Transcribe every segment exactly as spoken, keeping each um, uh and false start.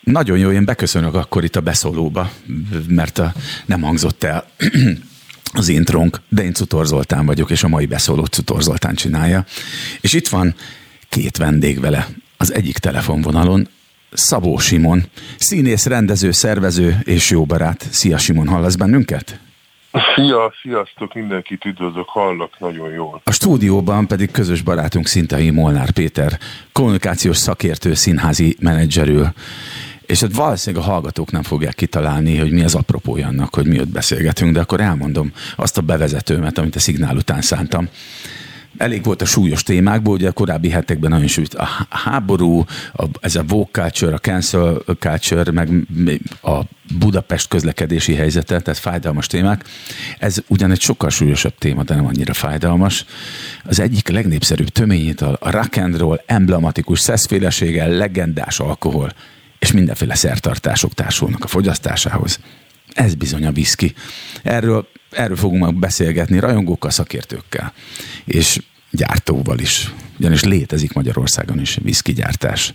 Nagyon jó, én beköszönök akkor itt a beszólóba, mert a, nem hangzott el az intrónk, de én Cutor Zoltán vagyok, és a mai beszólót Cutor Zoltán csinálja. És itt van két vendég vele az egyik telefonvonalon, Szabó Simon, színész, rendező, szervező és jó barát. Szia Simon, hallasz bennünket? Szia, sziasztok, mindenkit üdvözlök, hallak nagyon jól. A stúdióban pedig közös barátunk Szintai Molnár Péter, kommunikációs szakértő, színházi menedzserül. És hát valószínűleg a hallgatók nem fogják kitalálni, hogy mi az apropója annak, hogy miért beszélgetünk, de akkor elmondom azt a bevezetőmet, amit a szignál után szántam. Elég volt a súlyos témákból, ugye a korábbi hetekben nagyon súlyos a háború, a, ez a woke culture, a cancel culture, meg a Budapest közlekedési helyzete, tehát fájdalmas témák. Ez ugyan egy sokkal súlyosabb téma, de nem annyira fájdalmas. Az egyik legnépszerűbb töményital, a rock and roll, emblematikus szeszféleséggel, legendás alkohol, és mindenféle szertartások társulnak a fogyasztásához. Ez bizony a viszki. Erről, erről fogunk meg beszélgetni rajongókkal, szakértőkkel, és gyártóval is. Ugyanis létezik Magyarországon is viszkigyártás.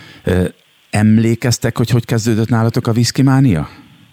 Emlékeztek, hogy hogy kezdődött nálatok a viszkimánia?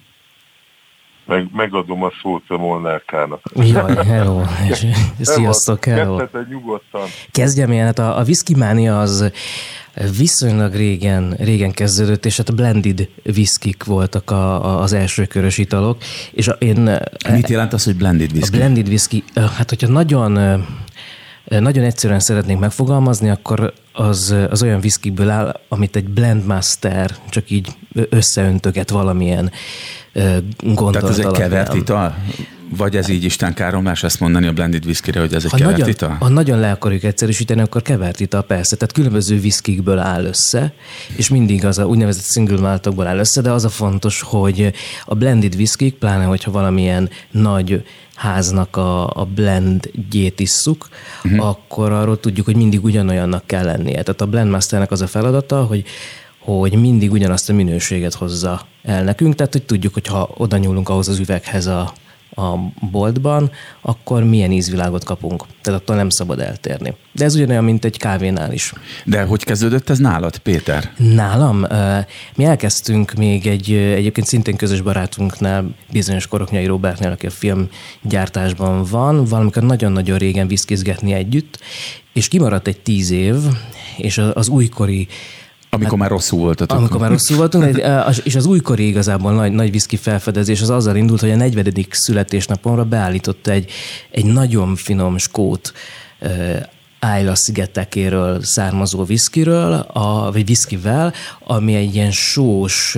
Meg, megadom a szót a Molnárkának. Jaj, hello. Sziasztok, hello. Kezdheted nyugodtan. Kezdjem én, hát a, a viszkimánia az viszonylag régen, régen kezdődött, és hát a blended viszkik voltak a, a, az első körös italok. És a, én, Mit jelent az, hogy blended whisky? A blended whisky, hát hogyha nagyon, nagyon egyszerűen szeretnénk megfogalmazni, akkor az, az olyan viszkiből áll, amit egy blendmaster csak így összeöntöget valamilyen gondolat. Tehát ez egy kevert ital? Vagy ez így istenkáromlás ezt mondani a blended whiskyre, hogy ez egy ha kevert nagyon, ital? Ha nagyon le akarjuk egyszerűsíteni, akkor kevert ital, persze. Tehát különböző viszkikből áll össze, és mindig az a úgynevezett single maltokból áll össze, de az a fontos, hogy a blended viszkik, pláne hogyha valamilyen nagy háznak a, a blendjét isszuk, uh-huh. akkor arról tudjuk, hogy mindig ugyanolyannak kell lennie. Tehát a blendmasternek az a feladata, hogy hogy mindig ugyanazt a minőséget hozza el nekünk, tehát hogy tudjuk, hogy ha oda nyúlunk ahhoz az üveghez a, a boltban, akkor milyen ízvilágot kapunk. Tehát attól nem szabad eltérni. De ez ugyanolyan, mint egy kávénál is. De hogy kezdődött ez nálad, Péter? Nálam? Mi elkezdtünk még egy egyébként szintén közös barátunknál, bizonyos Koroknyai Róbertnél, aki a filmgyártásban van, valamikor nagyon-nagyon régen viszkizgetni együtt, és kimaradt egy tíz év, és az újkori Amikor már rosszul voltatok. Amikor már rosszul voltunk, és az újkori igazából nagy, nagy viszki felfedezés az azzal indult, hogy a negyvenedik születésnapomra beállított egy, egy nagyon finom skót Islay szigetekéről származó viszkiről, a, vagy viszkivel, ami egy ilyen sós,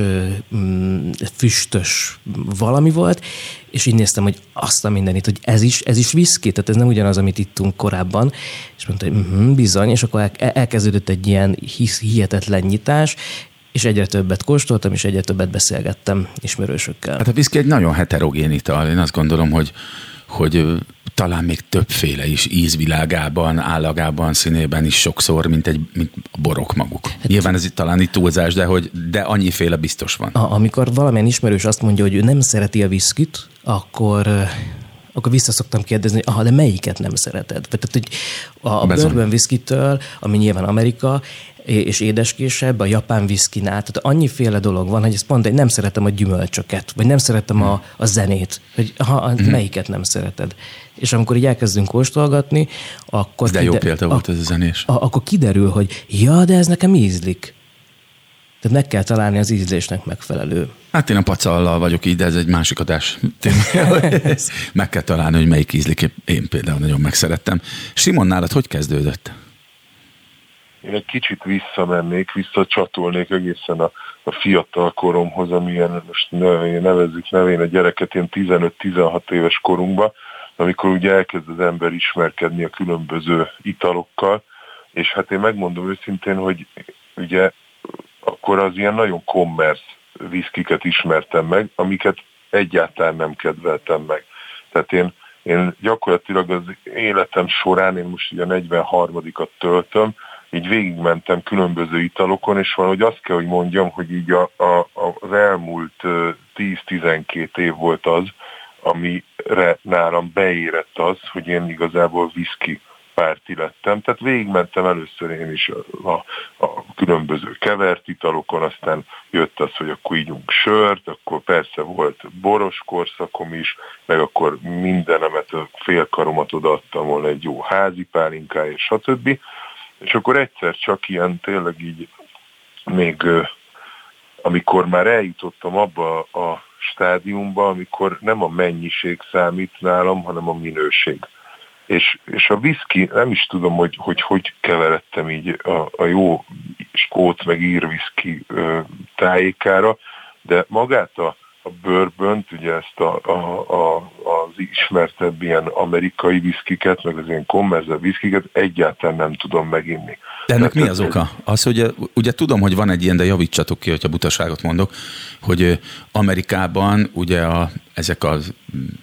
füstös valami volt, és így néztem, hogy azt a mindenit, hogy ez is, ez is viszki, tehát ez nem ugyanaz, amit ittunk korábban, és mondta, hogy uh-huh, bizony, és akkor elkezdődött egy ilyen hihetetlen nyitás, és egyre többet kóstoltam, és egyre többet beszélgettem ismerősökkel. Hát a viszki egy nagyon heterogén ital. Én azt gondolom, hogy, hogy talán még többféle is ízvilágában, állagában, színében is sokszor, mint, egy, mint a borok maguk. Hát, nyilván ez itt talán itt túlzás, de, hogy, de annyiféle biztos van. A, amikor valamilyen ismerős azt mondja, hogy ő nem szereti a viszkit, akkor... akkor vissza szoktam kérdezni, hogy aha, de melyiket nem szereted? Tehát, hogy a, a bourbon viszkitől, ami nyilván Amerika, és édeskésebb, a japán viszkinál, tehát annyiféle dolog van, hogy ezt pont, hogy nem szeretem a gyümölcsöket, vagy nem szeretem a, a zenét, hogy ha, mm-hmm. melyiket nem szereted. És amikor így elkezdünk kóstolgatni, akkor... De jó példa volt ez a zenés. A, akkor kiderül, hogy ja, de ez nekem ízlik. Tehát meg kell találni az ízlésnek megfelelő. Hát én a pacallal vagyok így, de ez egy másik adás témája. Meg kell találni, hogy melyik ízlik. Én például nagyon megszerettem. Simon, nálad hogy kezdődött? Én egy kicsit visszamennék, visszacsatolnék egészen a, a fiatal koromhoz, amilyen most nevezzük nevén a gyereket, én tizenöt-tizenhat éves korunkban, amikor ugye elkezd az ember ismerkedni a különböző italokkal, és hát én megmondom őszintén, hogy ugye akkor az ilyen nagyon kommersz viszkiket ismertem meg, amiket egyáltalán nem kedveltem meg. Tehát én, én gyakorlatilag az életem során, én most ugye negyvenharmadikat töltöm, így végigmentem különböző italokon, és valahogy azt kell, hogy mondjam, hogy így a, a, az elmúlt tíz-tizenkét év volt az, amire nálam beérett az, hogy én igazából viszki párti lettem, tehát végigmentem először én is a, a, a különböző kevert italokon, aztán jött az, hogy akkor ígyunk sört, akkor persze volt boros korszakom is, meg akkor mindenemet, a félkaromat odaadtam volna egy jó házi pálinkáért, stb. És akkor egyszer csak ilyen tényleg így még amikor már eljutottam abba a stádiumba, amikor nem a mennyiség számít nálam, hanem a minőség. És, és a viszki, nem is tudom, hogy hogy, hogy keveredtem így a, a jó skót meg ír viszki ö, tájékára, de magát a, a bourbont, ugye ezt a, a, a, az ismertebb ilyen amerikai viszkiket, meg az ilyen kommerzel viszkiket egyáltalán nem tudom meginni. De ennek mi az oka? Az, hogy ugye tudom, hogy van egy ilyen, de javítsatok ki, hogyha butaságot mondok, hogy Amerikában ugye a, ezek az,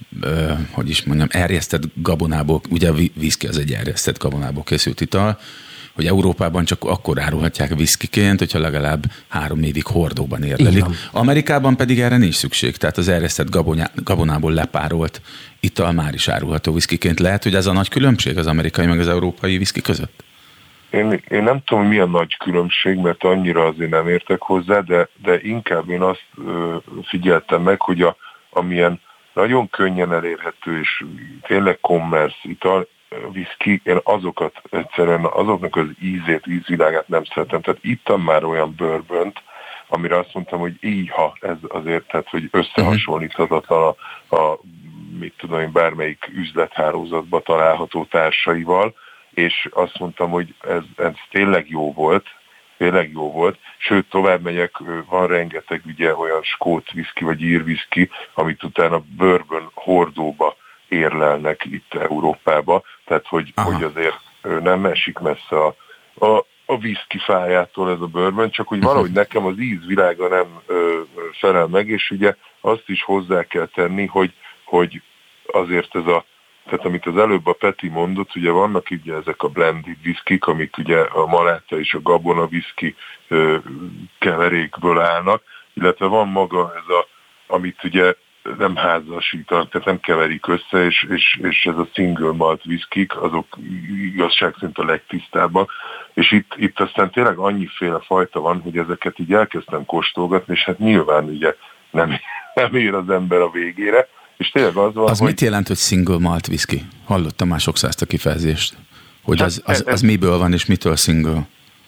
ö, hogy is mondjam, erjesztett gabonából, ugye a viszki az egy erjesztett gabonából készült ital, hogy Európában csak akkor árulhatják viszkiként, hogyha legalább három évig hordóban érlelik. Amerikában pedig erre nincs szükség, tehát az erjesztett gabonából lepárolt ital már is árulható viszkiként. Lehet, hogy ez a nagy különbség az amerikai meg az európai viszki között? Én, én nem tudom, milyen nagy különbség, mert annyira azért nem értek hozzá, de, de inkább én azt ö, figyeltem meg, hogy a, amilyen nagyon könnyen elérhető és tényleg commerce ital, viszki, én azokat egyszerűen, azoknak az ízét, ízvilágát nem szeretem. Tehát ittam már olyan bourbont, amire azt mondtam, hogy íha, ez azért, tehát, hogy összehasonlíthatatlan a, a mit tudom én, bármelyik üzlethálózatba található társaival, és azt mondtam, hogy ez, ez tényleg jó volt, tényleg jó volt, sőt, tovább megyek, van rengeteg ugye olyan skót viszki vagy ír viszki, amit utána bourbon hordóba érlelnek itt Európába, tehát hogy, hogy azért nem esik messze a, a, a viszki fájától ez a bourbon, csak hogy valahogy nekem az ízvilága nem ö, felel meg, és ugye azt is hozzá kell tenni, hogy, hogy azért ez a, tehát amit az előbb a Peti mondott, ugye vannak ugye ezek a blended viszkik, amik ugye a maláta és a gabona viszki ö, keverékből állnak, illetve van maga ez a, amit ugye nem házasítanak, tehát nem keverik össze, és, és, és ez a single malt viszkik, azok igazság szerint a legtisztábbak, és itt, itt aztán tényleg annyiféle fajta van, hogy ezeket így elkezdtem kóstolgatni, és hát nyilván ugye nem, nem ér az ember a végére, és tényleg az van, Az hogy... mit jelent, hogy single malt whisky? Hallottam már sokszor ezt a kifejezést. Hogy az, az, az miből van, és mitől single?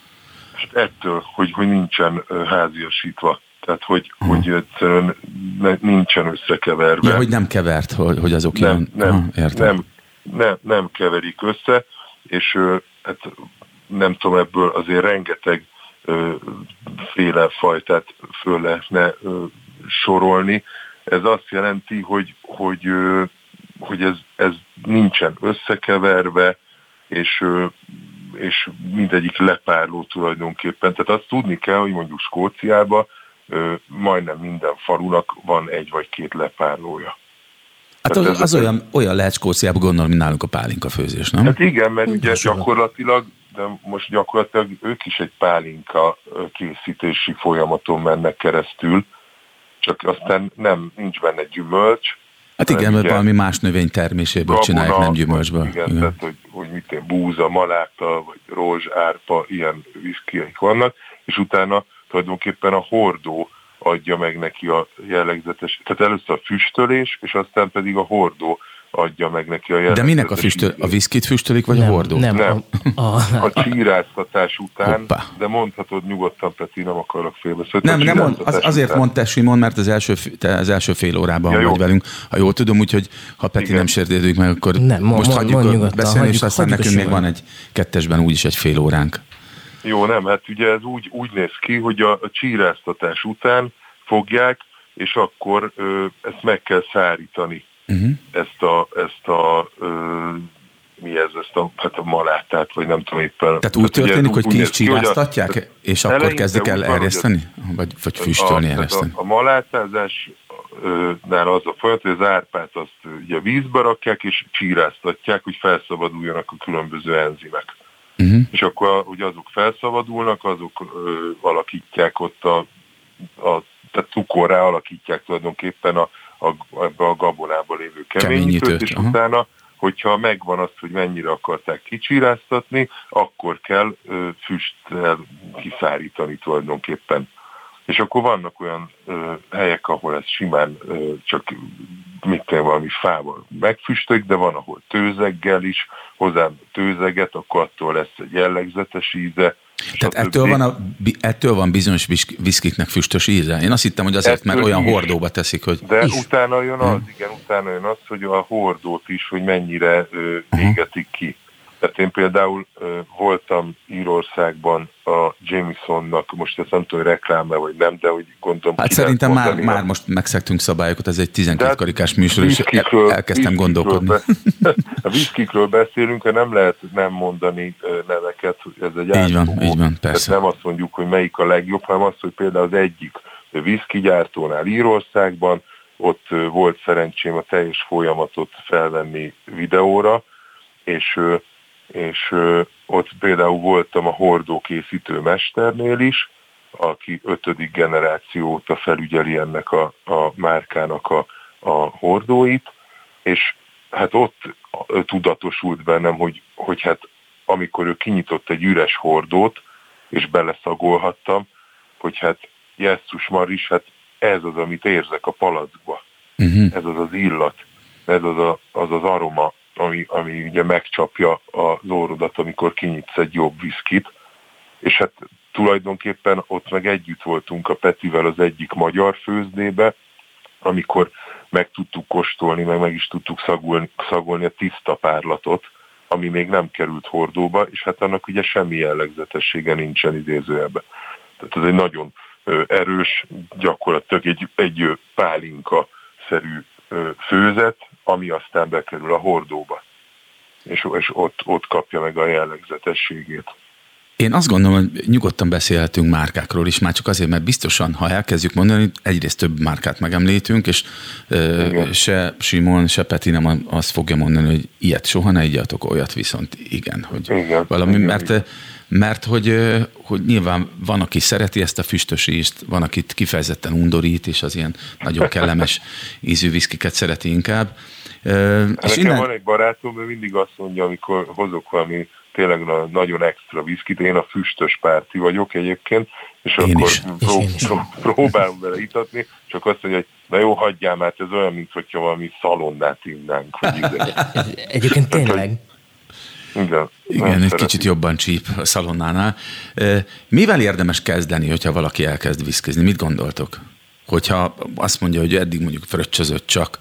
Ettől, hogy, hogy nincsen háziasítva. Tehát, hogy, hmm. hogy egyszerűen nincsen összekeverve. Ja, hogy nem kevert, hogy, hogy azok nem, ilyen... Nem, Aha, nem, nem, nem keverik össze, és hát nem tudom, ebből azért rengeteg ö, féle fajtát föl lehetne ö, sorolni. Ez azt jelenti, hogy, hogy, ö, hogy ez, ez nincsen összekeverve, és ö, és mindegyik lepárló tulajdonképpen. Tehát azt tudni kell, hogy mondjuk Skóciában ö, majdnem minden falunak van egy vagy két lepárlója. Hát az, az olyan, olyan lehet Skóciában, gondolom, mint nálunk a pálinka főzés, nem? Hát igen, mert ugye gyakorlatilag, de most gyakorlatilag ők is egy pálinka készítési folyamaton mennek keresztül, csak aztán nem, nincs benne gyümölcs. Hát igen, mert valami más növény terméséből csinálják, nem gyümölcsből. Igen, igen. Tehát, hogy, hogy mit én, búza, maláta, vagy rózs, árpa, ilyen viszkiek vannak, és utána tulajdonképpen a hordó adja meg neki a jellegzetes, tehát először a füstölés, és aztán pedig a hordó adja meg neki a jellegzetes. De minek a füstöl? A viszkit füstölik, vagy nem, a hordót? Nem, nem. A, a, a csíráztatás után, Hoppá. De mondhatod nyugodtan, Peti, nem akarok félbeszélni. Nem, nem mond, az, azért után... mondta Simon, mert az első, te az első fél órában ja, vagy velünk, ha jól tudom, úgyhogy ha Peti igen. nem sértődik meg, akkor nem, most mond, hagyjuk mond, a nyugodtan, beszélni, hagyjuk, és aztán nekünk még van egy kettesben úgyis egy fél óránk. Jó, nem, hát ugye ez úgy, úgy néz ki, hogy a, a csíráztatás után fogják, és akkor ö, ezt meg kell szárítani. Uh-huh. Ezt a, ezt a ö, mi ez, ezt a, hát a malátát, vagy nem tudom éppen. Tehát úgy történik, hogy ki is csíráztatják, és akkor kezdik el erjeszteni? Vagy, vagy füstölni, erjeszteni? A, a malátázásnál az a folyamat, hogy az árpát azt ugye vízbe rakják, és csíráztatják, hogy felszabaduljanak a különböző enzimek. Uh-huh. És akkor ugye azok felszabadulnak, azok ö, alakítják ott a, a tehát cukorrá alakítják tulajdonképpen a, a, ebbe a gabonába lévő keményítőt, és aha. utána, hogyha megvan az, hogy mennyire akarták kicsíráztatni, akkor kell ö, füsttel kiszárítani tulajdonképpen. És akkor vannak olyan ö, helyek, ahol ez simán ö, csak mit tudom, valami fával megfüstölik, de van, ahol tőzeggel is, hozzá tőzeget, akkor attól lesz egy jellegzetes íze. Tehát ettől van, a, ettől van bizonyos viszkiknek füstös íze? Én azt hittem, hogy azért, ettől mert olyan is hordóba teszik, hogy... De is. utána jön az, igen, utána jön az, hogy a hordót is, hogy mennyire ö, égetik ki. Tehát én például ö, voltam Írországban a Jamesonnak, most ezt nem tudom, hogy reklámra vagy nem, de hogy gondolom... Hát szerintem már, már most megszegtünk szabályokat, ez egy tizenkét karikás műsor, és elkezdtem gondolkodni. Be, a viszkikről beszélünk, nem lehet nem mondani neveket, hogy ez egy átfogó. Így van, így van, persze. Tehát nem azt mondjuk, hogy melyik a legjobb, hanem azt, hogy például az egyik viszkigyártónál Írországban, ott volt szerencsém a teljes folyamatot felvenni videóra, és és ott például voltam a hordókészítő mesternél is, aki ötödik generáció óta felügyeli ennek a, a márkának a, a hordóit, és hát ott tudatosult bennem, hogy, hogy hát amikor ő kinyitott egy üres hordót, és beleszagolhattam, hogy hát jesszus Maris, hát ez az, amit érzek a palackba. Uh-huh. Ez az az illat, ez az a, az, az aroma, Ami, ami ugye megcsapja az orrodat, amikor kinyitsz egy jobb viszkit. És hát tulajdonképpen ott meg együtt voltunk a Petivel az egyik magyar főzdébe, amikor meg tudtuk kóstolni, meg meg is tudtuk szagolni, szagolni a tiszta párlatot, ami még nem került hordóba, és hát annak ugye semmi jellegzetessége nincsen idézőjelben. Tehát ez egy nagyon erős, gyakorlatilag egy, egy pálinka-szerű főzet, ami aztán bekerül a hordóba, és, és ott, ott kapja meg a jellegzetességét. Én azt gondolom, hogy nyugodtan beszélhetünk márkákról is, már csak azért, mert biztosan, ha elkezdjük mondani, egyrészt több márkát megemlítünk, és ö, se Simon, se Peti nem azt fogja mondani, hogy ilyet soha ne igyatok, olyat viszont igen, hogy igen, valami, igen, mert, igen. mert hogy, hogy nyilván van, aki szereti ezt a füstös ízt, van, akit kifejezetten undorít, és az ilyen nagyon kellemes ízű viszkiket szereti inkább. Hát és innen... van egy barátom, ő mindig azt mondja, amikor hozok valami tényleg nagyon extra viszkit, én a füstös párti vagyok egyébként, és én akkor pró- próbálom vele itatni, csak azt mondja, hogy na jó, hagyjál már, ez olyan, mint hogyha valami szalonnát innánk. Egyébként tényleg. Igen, Igen, egy kicsit jobban csíp a szalonnánál. Mivel érdemes kezdeni, hogyha valaki elkezd viszkizni? Mit gondoltok? Hogyha azt mondja, hogy eddig mondjuk fröccsözött csak,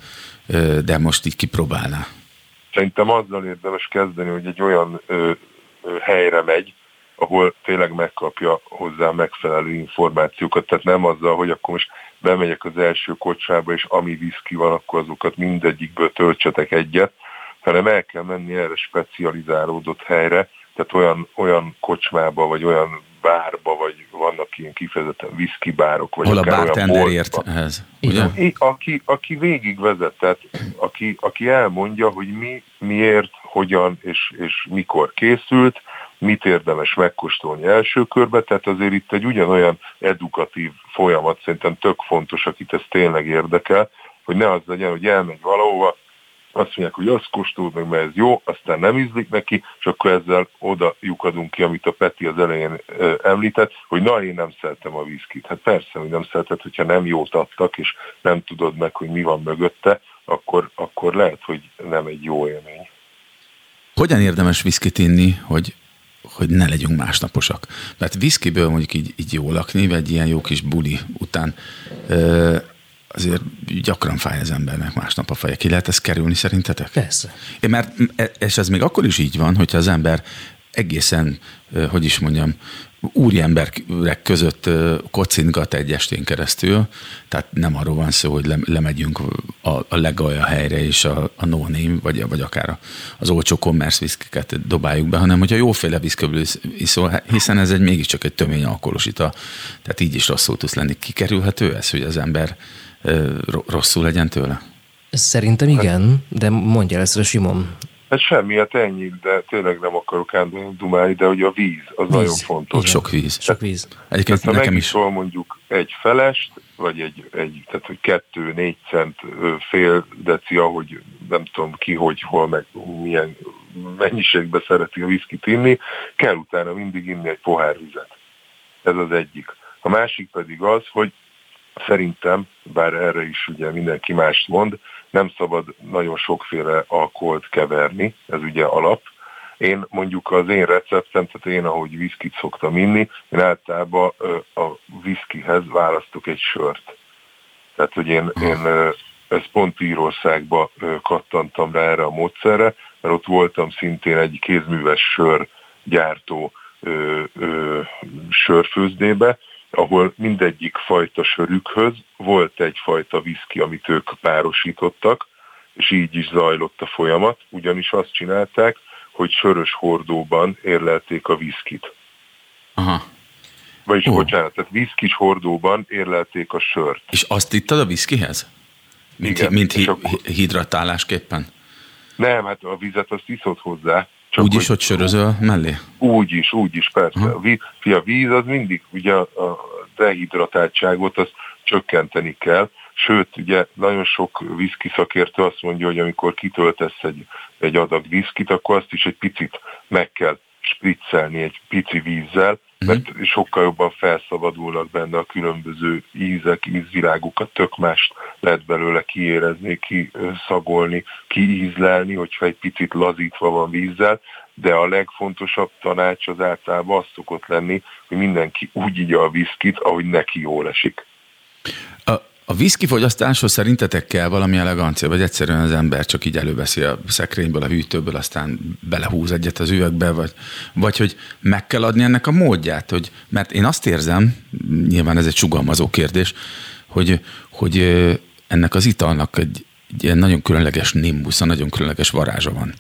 de most így kipróbálná. Szerintem azzal érdemes kezdeni, hogy egy olyan ö, ö, helyre megy, ahol tényleg megkapja hozzá megfelelő információkat. Tehát nem azzal, hogy akkor most bemegyek az első kocsmába, és ami viszki van, akkor azokat mindegyikből töltsetek egyet, hanem el kell menni erre specializálódott helyre, tehát olyan, olyan kocsmába, vagy olyan bárba, vagy vannak ilyen kifejezetten viszkibárok, vagy hol akár a bartender ért ehhez, ugye? Aki, aki végigvezet, tehát aki, aki elmondja, hogy mi, miért, hogyan és, és mikor készült, mit érdemes megkóstolni első körbe, tehát azért itt egy ugyanolyan edukatív folyamat, szerintem tök fontos, akit ez tényleg érdekel, hogy ne az legyen, hogy elmegy valahova, azt mondják, hogy azt kóstold meg, mert ez jó, aztán nem ízlik neki, és akkor ezzel oda lyukadunk ki, amit a Peti az elején e, említett, hogy na, én nem szeretem a viszkit. Hát persze, hogy nem szereted, hogyha nem jót adtak, és nem tudod meg, hogy mi van mögötte, akkor, akkor lehet, hogy nem egy jó élmény. Hogyan érdemes viszkit inni, hogy, hogy ne legyünk másnaposak? Mert viszkiből mondjuk így, így jó lakni, vagy ilyen jó kis buli után e, azért gyakran fáj az embernek másnap a feje. Ki lehet ezt kerülni szerintetek? Persze. É, mert, és ez még akkor is így van, hogyha az ember egészen, hogy is mondjam, úri emberek között kocingat egy estén keresztül, tehát nem arról van szó, hogy lemegyünk a, a legalja helyre, és a, a no-name, vagy, vagy akár az olcsó commerce viszkiket dobáljuk be, hanem hogyha jóféle viszkiből iszol, hiszen ez egy mégiscsak egy tömény alkoholosita, tehát így is rosszul tudsz lenni. Kikerülhető ez, hogy az ember rosszul legyen tőle? Szerintem igen, de mondja ezt a Simon. Hát semmi, hát ennyi, de tényleg nem akarok dumálni, de hogy a víz, az víz. Nagyon fontos. Igen. Sok víz. Sok víz. Egyébként tehát, ha nekem is. Megiszol mondjuk egy felest, vagy egy, egy tehát hogy kettő, négy cent, fél deci, ahogy nem tudom ki, hogy hol, meg milyen mennyiségben szereti a viszkit inni, kell utána mindig inni egy pohár vizet. Ez az egyik. A másik pedig az, hogy szerintem, bár erre is ugye mindenki mást mond, nem szabad nagyon sokféle alkoholt keverni, ez ugye alap. Én mondjuk az én receptem, tehát én ahogy viszkit szoktam inni, én általában a viszkihez választok egy sört. Tehát, hogy én, én ezt pont Írországba kattantam rá erre a módszerre, mert ott voltam szintén egy kézműves sörgyártó ö, ö, sörfőzdébe, ahol mindegyik fajta sörükhöz volt egyfajta viszki, amit ők párosítottak, és így is zajlott a folyamat, ugyanis azt csinálták, hogy sörös hordóban érlelték a viszkit. Aha. Vagyis, oh. bocsánat, tehát viszkis hordóban érlelték a sört. És azt ittad a viszkihez? Mint, Igen, mint hi- akkor... hidratálásképpen? Nem, hát a vizet azt iszod hozzá. Úgy is, hogy sörözöl mellé? Úgy is, úgy is, persze. Uh-huh. A, víz, a víz az mindig, ugye a dehidratáltságot azt csökkenteni kell, sőt, ugye nagyon sok viszki szakértő azt mondja, hogy amikor kitöltesz egy, egy adag viszkit, akkor azt is egy picit meg kell spriccelni egy pici vízzel, mert uh-huh. sokkal jobban felszabadulnak benne a különböző ízek, ízvilágokat, tök mást lehet belőle kiérezni, kiszagolni, kiízlelni, hogyha egy picit lazítva van vízzel, de a legfontosabb tanács az általában az szokott lenni, hogy mindenki úgy igya a viszkit, ahogy neki jól esik. A, a viszki fogyasztáshoz szerintetek kell valami elegancia, vagy egyszerűen az ember csak így előveszi a szekrényből, a hűtőből, aztán belehúz egyet az üvegbe, vagy, vagy hogy meg kell adni ennek a módját, hogy, mert én azt érzem, nyilván ez egy sugalmazó kérdés, hogy, hogy ennek az italnak egy, egy ilyen nagyon különleges nimbusza, nagyon különleges varázsa van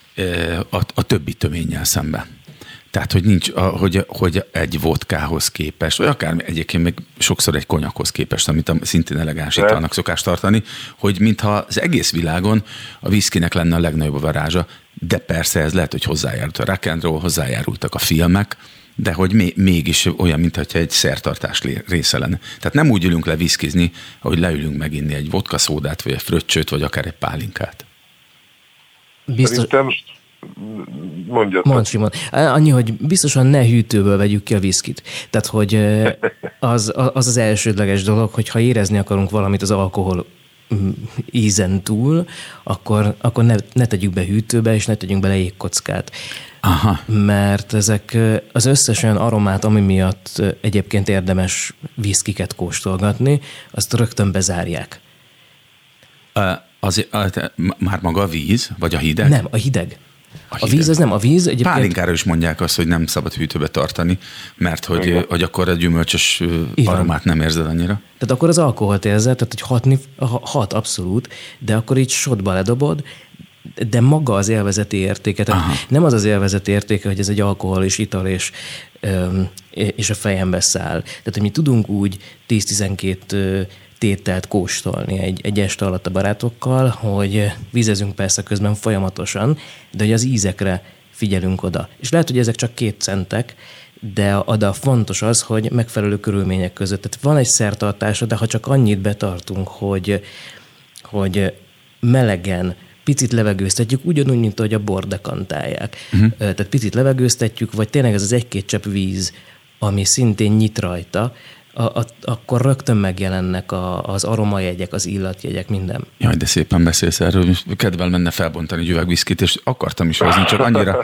a, a többi töménnyel szemben. Tehát, hogy nincs, hogy, hogy egy vodkához képest, vagy akár egyébként még sokszor egy konyakhoz képest, amit a szintén elegáns italnak szokás tartani, hogy mintha az egész világon a viszkinek lenne a legnagyobb a varázsa, de persze ez lehet, hogy hozzájárult a rock and roll, hozzájárultak a filmek, de hogy még, mégis olyan, mintha egy szertartás része lenne. Tehát nem úgy ülünk le viszkizni, ahogy leülünk meginni egy vodka szódát, vagy egy fröccsöt, vagy akár egy pálinkát. Biztos... Szerintem mondjad. Mondd, Simon. Annyi, hogy biztosan ne hűtőből vegyük ki a viszkit. Tehát, hogy az az, az elsődleges dolog, hogy ha érezni akarunk valamit az alkohol ízen túl, akkor, akkor ne, ne tegyük be hűtőbe, és ne tegyünk bele jégkockát. Aha. Mert ezek az összes olyan aromát, ami miatt egyébként érdemes viszkiket kóstolgatni, azt rögtön bezárják. Uh, az, uh, már maga a víz, vagy a hideg? Nem, a hideg. A, a hideg. víz az nem, a víz egyébként... Pálinkára is mondják azt, hogy nem szabad hűtőbe tartani, mert hogy, hogy akkor a gyümölcsös Igen. aromát nem érzed annyira. Tehát akkor az alkoholt érzed, tehát hogy hatni, hat abszolút, de akkor így sodba ledobod, de maga az élvezeti értéke, tehát Aha. nem az az élvezeti értéke, hogy ez egy alkohol és ital és, és a fejembe száll. Tehát, hogy mi tudunk úgy tíz-tizenkét tételt kóstolni egy, egy este alatt a barátokkal, hogy vízezünk persze közben folyamatosan, de hogy az ízekre figyelünk oda. És lehet, hogy ezek csak két centek, de a, de a fontos az, hogy megfelelő körülmények között. Tehát van egy szertartása, de ha csak annyit betartunk, hogy, hogy melegen, picit levegőztetjük, ugyanúgy, mint ahogy a bort dekantálják. Uh-huh. Tehát picit levegőztetjük, vagy tényleg ez az egy-két csepp víz, ami szintén nyit rajta, A, a, akkor rögtön megjelennek a, az aromajegyek, az illatjegyek, minden. Jaj, de szépen beszélsz erről, kedvel menne felbontani egy üveg viszkit, és akartam is hozni, csak annyira,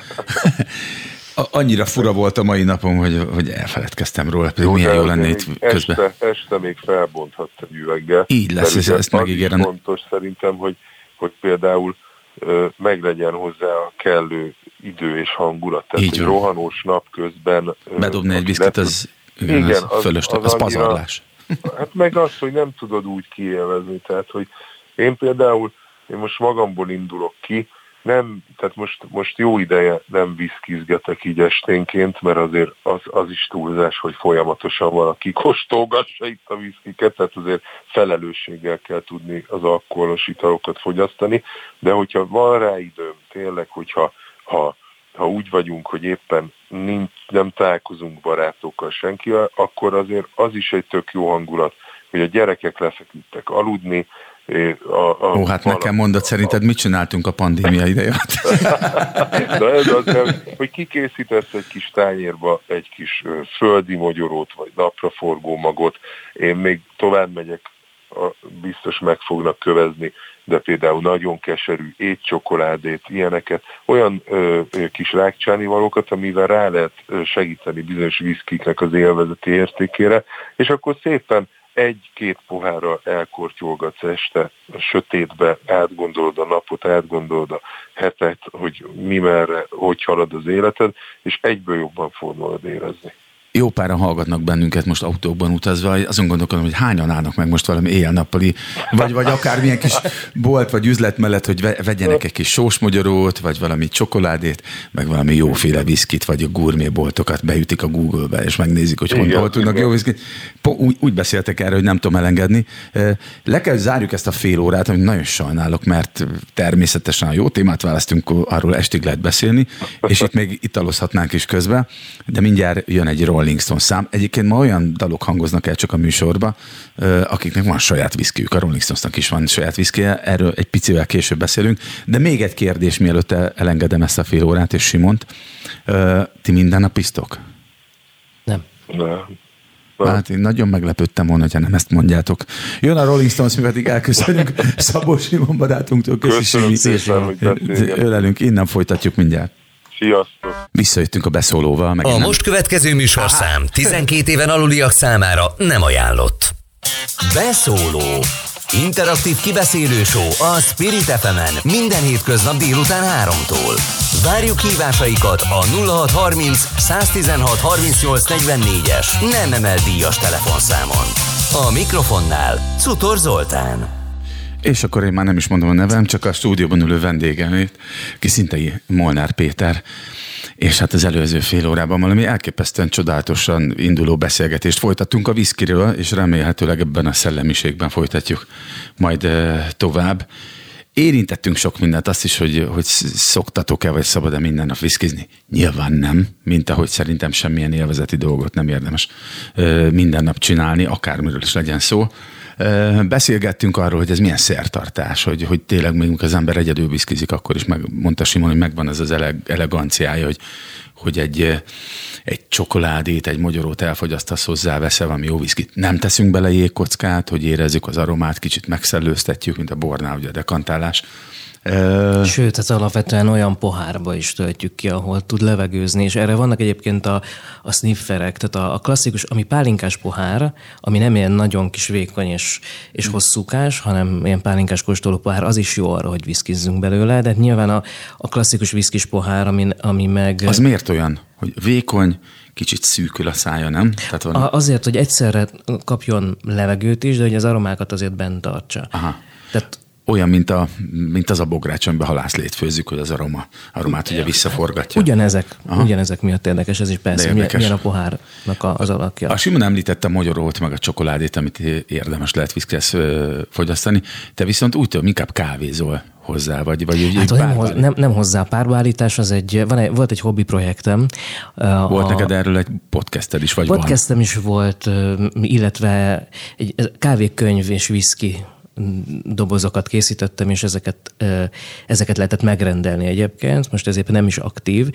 annyira fura volt a mai napom, hogy, hogy elfeledkeztem róla, pedig jó, milyen jó lenne itt közben. Este, este még felbonthatsz egy üveggel. Így lesz, ez, ezt megígérem. Az fontos szerintem, hogy, hogy például ö, meglegyen hozzá a kellő idő és hangulat. Tehát egy rohanós nap közben... Bedobni egy viszkit, az... Igen, igen, az, fölös, az, az, az pazarlás. Hát meg az, hogy nem tudod úgy kiélvezni. Tehát, hogy én például, én most magamból indulok ki, nem, tehát most, most jó ideje nem viszkizgetek így esténként, mert azért az, az is túlzás, hogy folyamatosan valaki kóstolgassa itt a viszkiket, tehát azért felelősséggel kell tudni az alkoholos italokat fogyasztani, de hogyha van rá időm, tényleg, hogyha ha ha úgy vagyunk, hogy éppen nincs, nem találkozunk barátokkal senkivel, akkor azért az is egy tök jó hangulat, hogy a gyerekek lefeküdtek aludni, A, a Ó, hát nekem mondod, szerinted mit csináltunk a pandémia ideje? De ez az nem, hogy kikészítesz egy kis tányérba egy kis földi mogyorót, vagy napraforgó magot, én még tovább megyek, biztos meg fognak kövezni, de például nagyon keserű étcsokoládét, ilyeneket, olyan ö, ö, kis rákcsánivalókat, amivel rá lehet segíteni bizonyos viszkiknek az élvezeti értékére, és akkor szépen egy-két pohárral elkortyolgatsz este, a sötétbe átgondolod a napot, átgondolod a hetet, hogy mi merre, hogy halad az életed, és egyből jobban fogod érezni. Jó páran hallgatnak bennünket most autókban utazva, azon gondolkodom, hogy hányan állnak meg most valami éjjel-nappali, vagy, vagy akármilyen kis bolt vagy üzlet mellett, hogy vegyenek egy kis sósmogyorót, vagy valami csokoládét, meg valami jóféle viszkit, vagy a gourmétboltokat beütik a Google-be, és megnézik, hogy hol, hol tudnak jó viszkit. Úgy, úgy beszéltek erre, hogy nem tudom elengedni. Le kell, zárjuk ezt a fél órát, amit nagyon sajnálok, mert természetesen a jó témát választunk, arról estig lehet beszélni, és itt még italozhatnánk is közben, de mindjárt jön egy Rolling Stones szám. Egyébként ma olyan dalok hangoznak el csak a műsorba, akiknek van saját viszkijük. A Rolling Stonesnak is van saját viszkije, erről egy picivel később beszélünk. De még egy kérdés, mielőtt elengedem ezt a fél órát, és Simont. Ti minden nap isztok? Nem. Nem. Hát én nagyon meglepődtem volna, hogyha nem ezt mondjátok. Jön a Rolling Stones, mi pedig elköszönjük Szabó Simon barátunktól. Köszönöm szépen, hogy beszélgetünk. Ölelünk, innen folytatjuk mindjárt. Sziasztok! Visszajöttünk a beszólóval. A nem... most következő műsorszám tizenkét éven aluliak számára nem ajánlott. Beszóló. Interaktív kibeszélő show a Spirit ef emen minden hétköznap délután háromtól. Várjuk hívásaikat a nulla hat harminc száztizenhat harmincnyolc negyvennégyes nem emel díjas telefonszámon. A mikrofonnál Cutor Zoltán. És akkor én már nem is mondom a nevem, csak a stúdióban ülő vendégem, Kiszintei Molnár Péter, és hát az előző fél órában valami elképesztően csodálatosan induló beszélgetést folytattunk a viszkiről, és remélhetőleg ebben a szellemiségben folytatjuk majd tovább. Érintettünk sok mindent, azt is, hogy, hogy szoktatok-e, vagy szabad-e minden nap viszkizni? Nyilván nem, mint ahogy szerintem semmilyen élvezeti dolgot nem érdemes minden nap csinálni, akármiről is legyen szó. Beszélgettünk arról, hogy ez milyen szertartás, hogy, hogy tényleg még az ember egyedül viszkizik, akkor is megmondta Simon, hogy megvan ez az eleganciája, hogy, hogy egy, egy csokoládét, egy mogyorót elfogyasztasz hozzá, veszel valami jó viszkit. Nem teszünk bele jégkockát, hogy érezzük az aromát, kicsit megszellőztetjük, mint a bornál, ugye a dekantálás. Sőt, ez alapvetően olyan pohárba is töltjük ki, ahol tud levegőzni, és erre vannak egyébként a, a snifferek, tehát a, a klasszikus, ami pálinkás pohár, ami nem ilyen nagyon kis vékony és, és hosszúkás, hanem ilyen pálinkás kóstoló pohár, az is jó arra, hogy viszkizzünk belőle, de nyilván a, a klasszikus viszkis pohár, ami, ami meg... Az miért olyan, hogy vékony, kicsit szűkül a szája, nem? Tehát van... Azért, hogy egyszerre kapjon levegőt is, de hogy az aromákat azért bent tartsa. Aha. Tehát olyan, mint, a, mint az a bogrács, amiben halászlét főzzük, hogy az aroma, aromát ugye visszaforgatja. Ugyanezek, ugyanezek miatt érdekes, ez is persze, milyen, milyen a pohárnak az alakja. A Simon említette a mogyorót, meg a csokoládét, amit érdemes lehet viszkihez fogyasztani. Te viszont úgy tudom, inkább kávézol hozzá, vagy, vagy hát nem, hoz, nem, nem hozzá a párbeállítás, az egy, van egy, volt egy hobbi projektem. Volt a, neked erről egy podcasted is, vagy podcastem van? Is volt, illetve egy kávékönyv és viszki dobozokat készítettem, és ezeket, ezeket lehetett megrendelni egyébként, most ezért nem is aktív.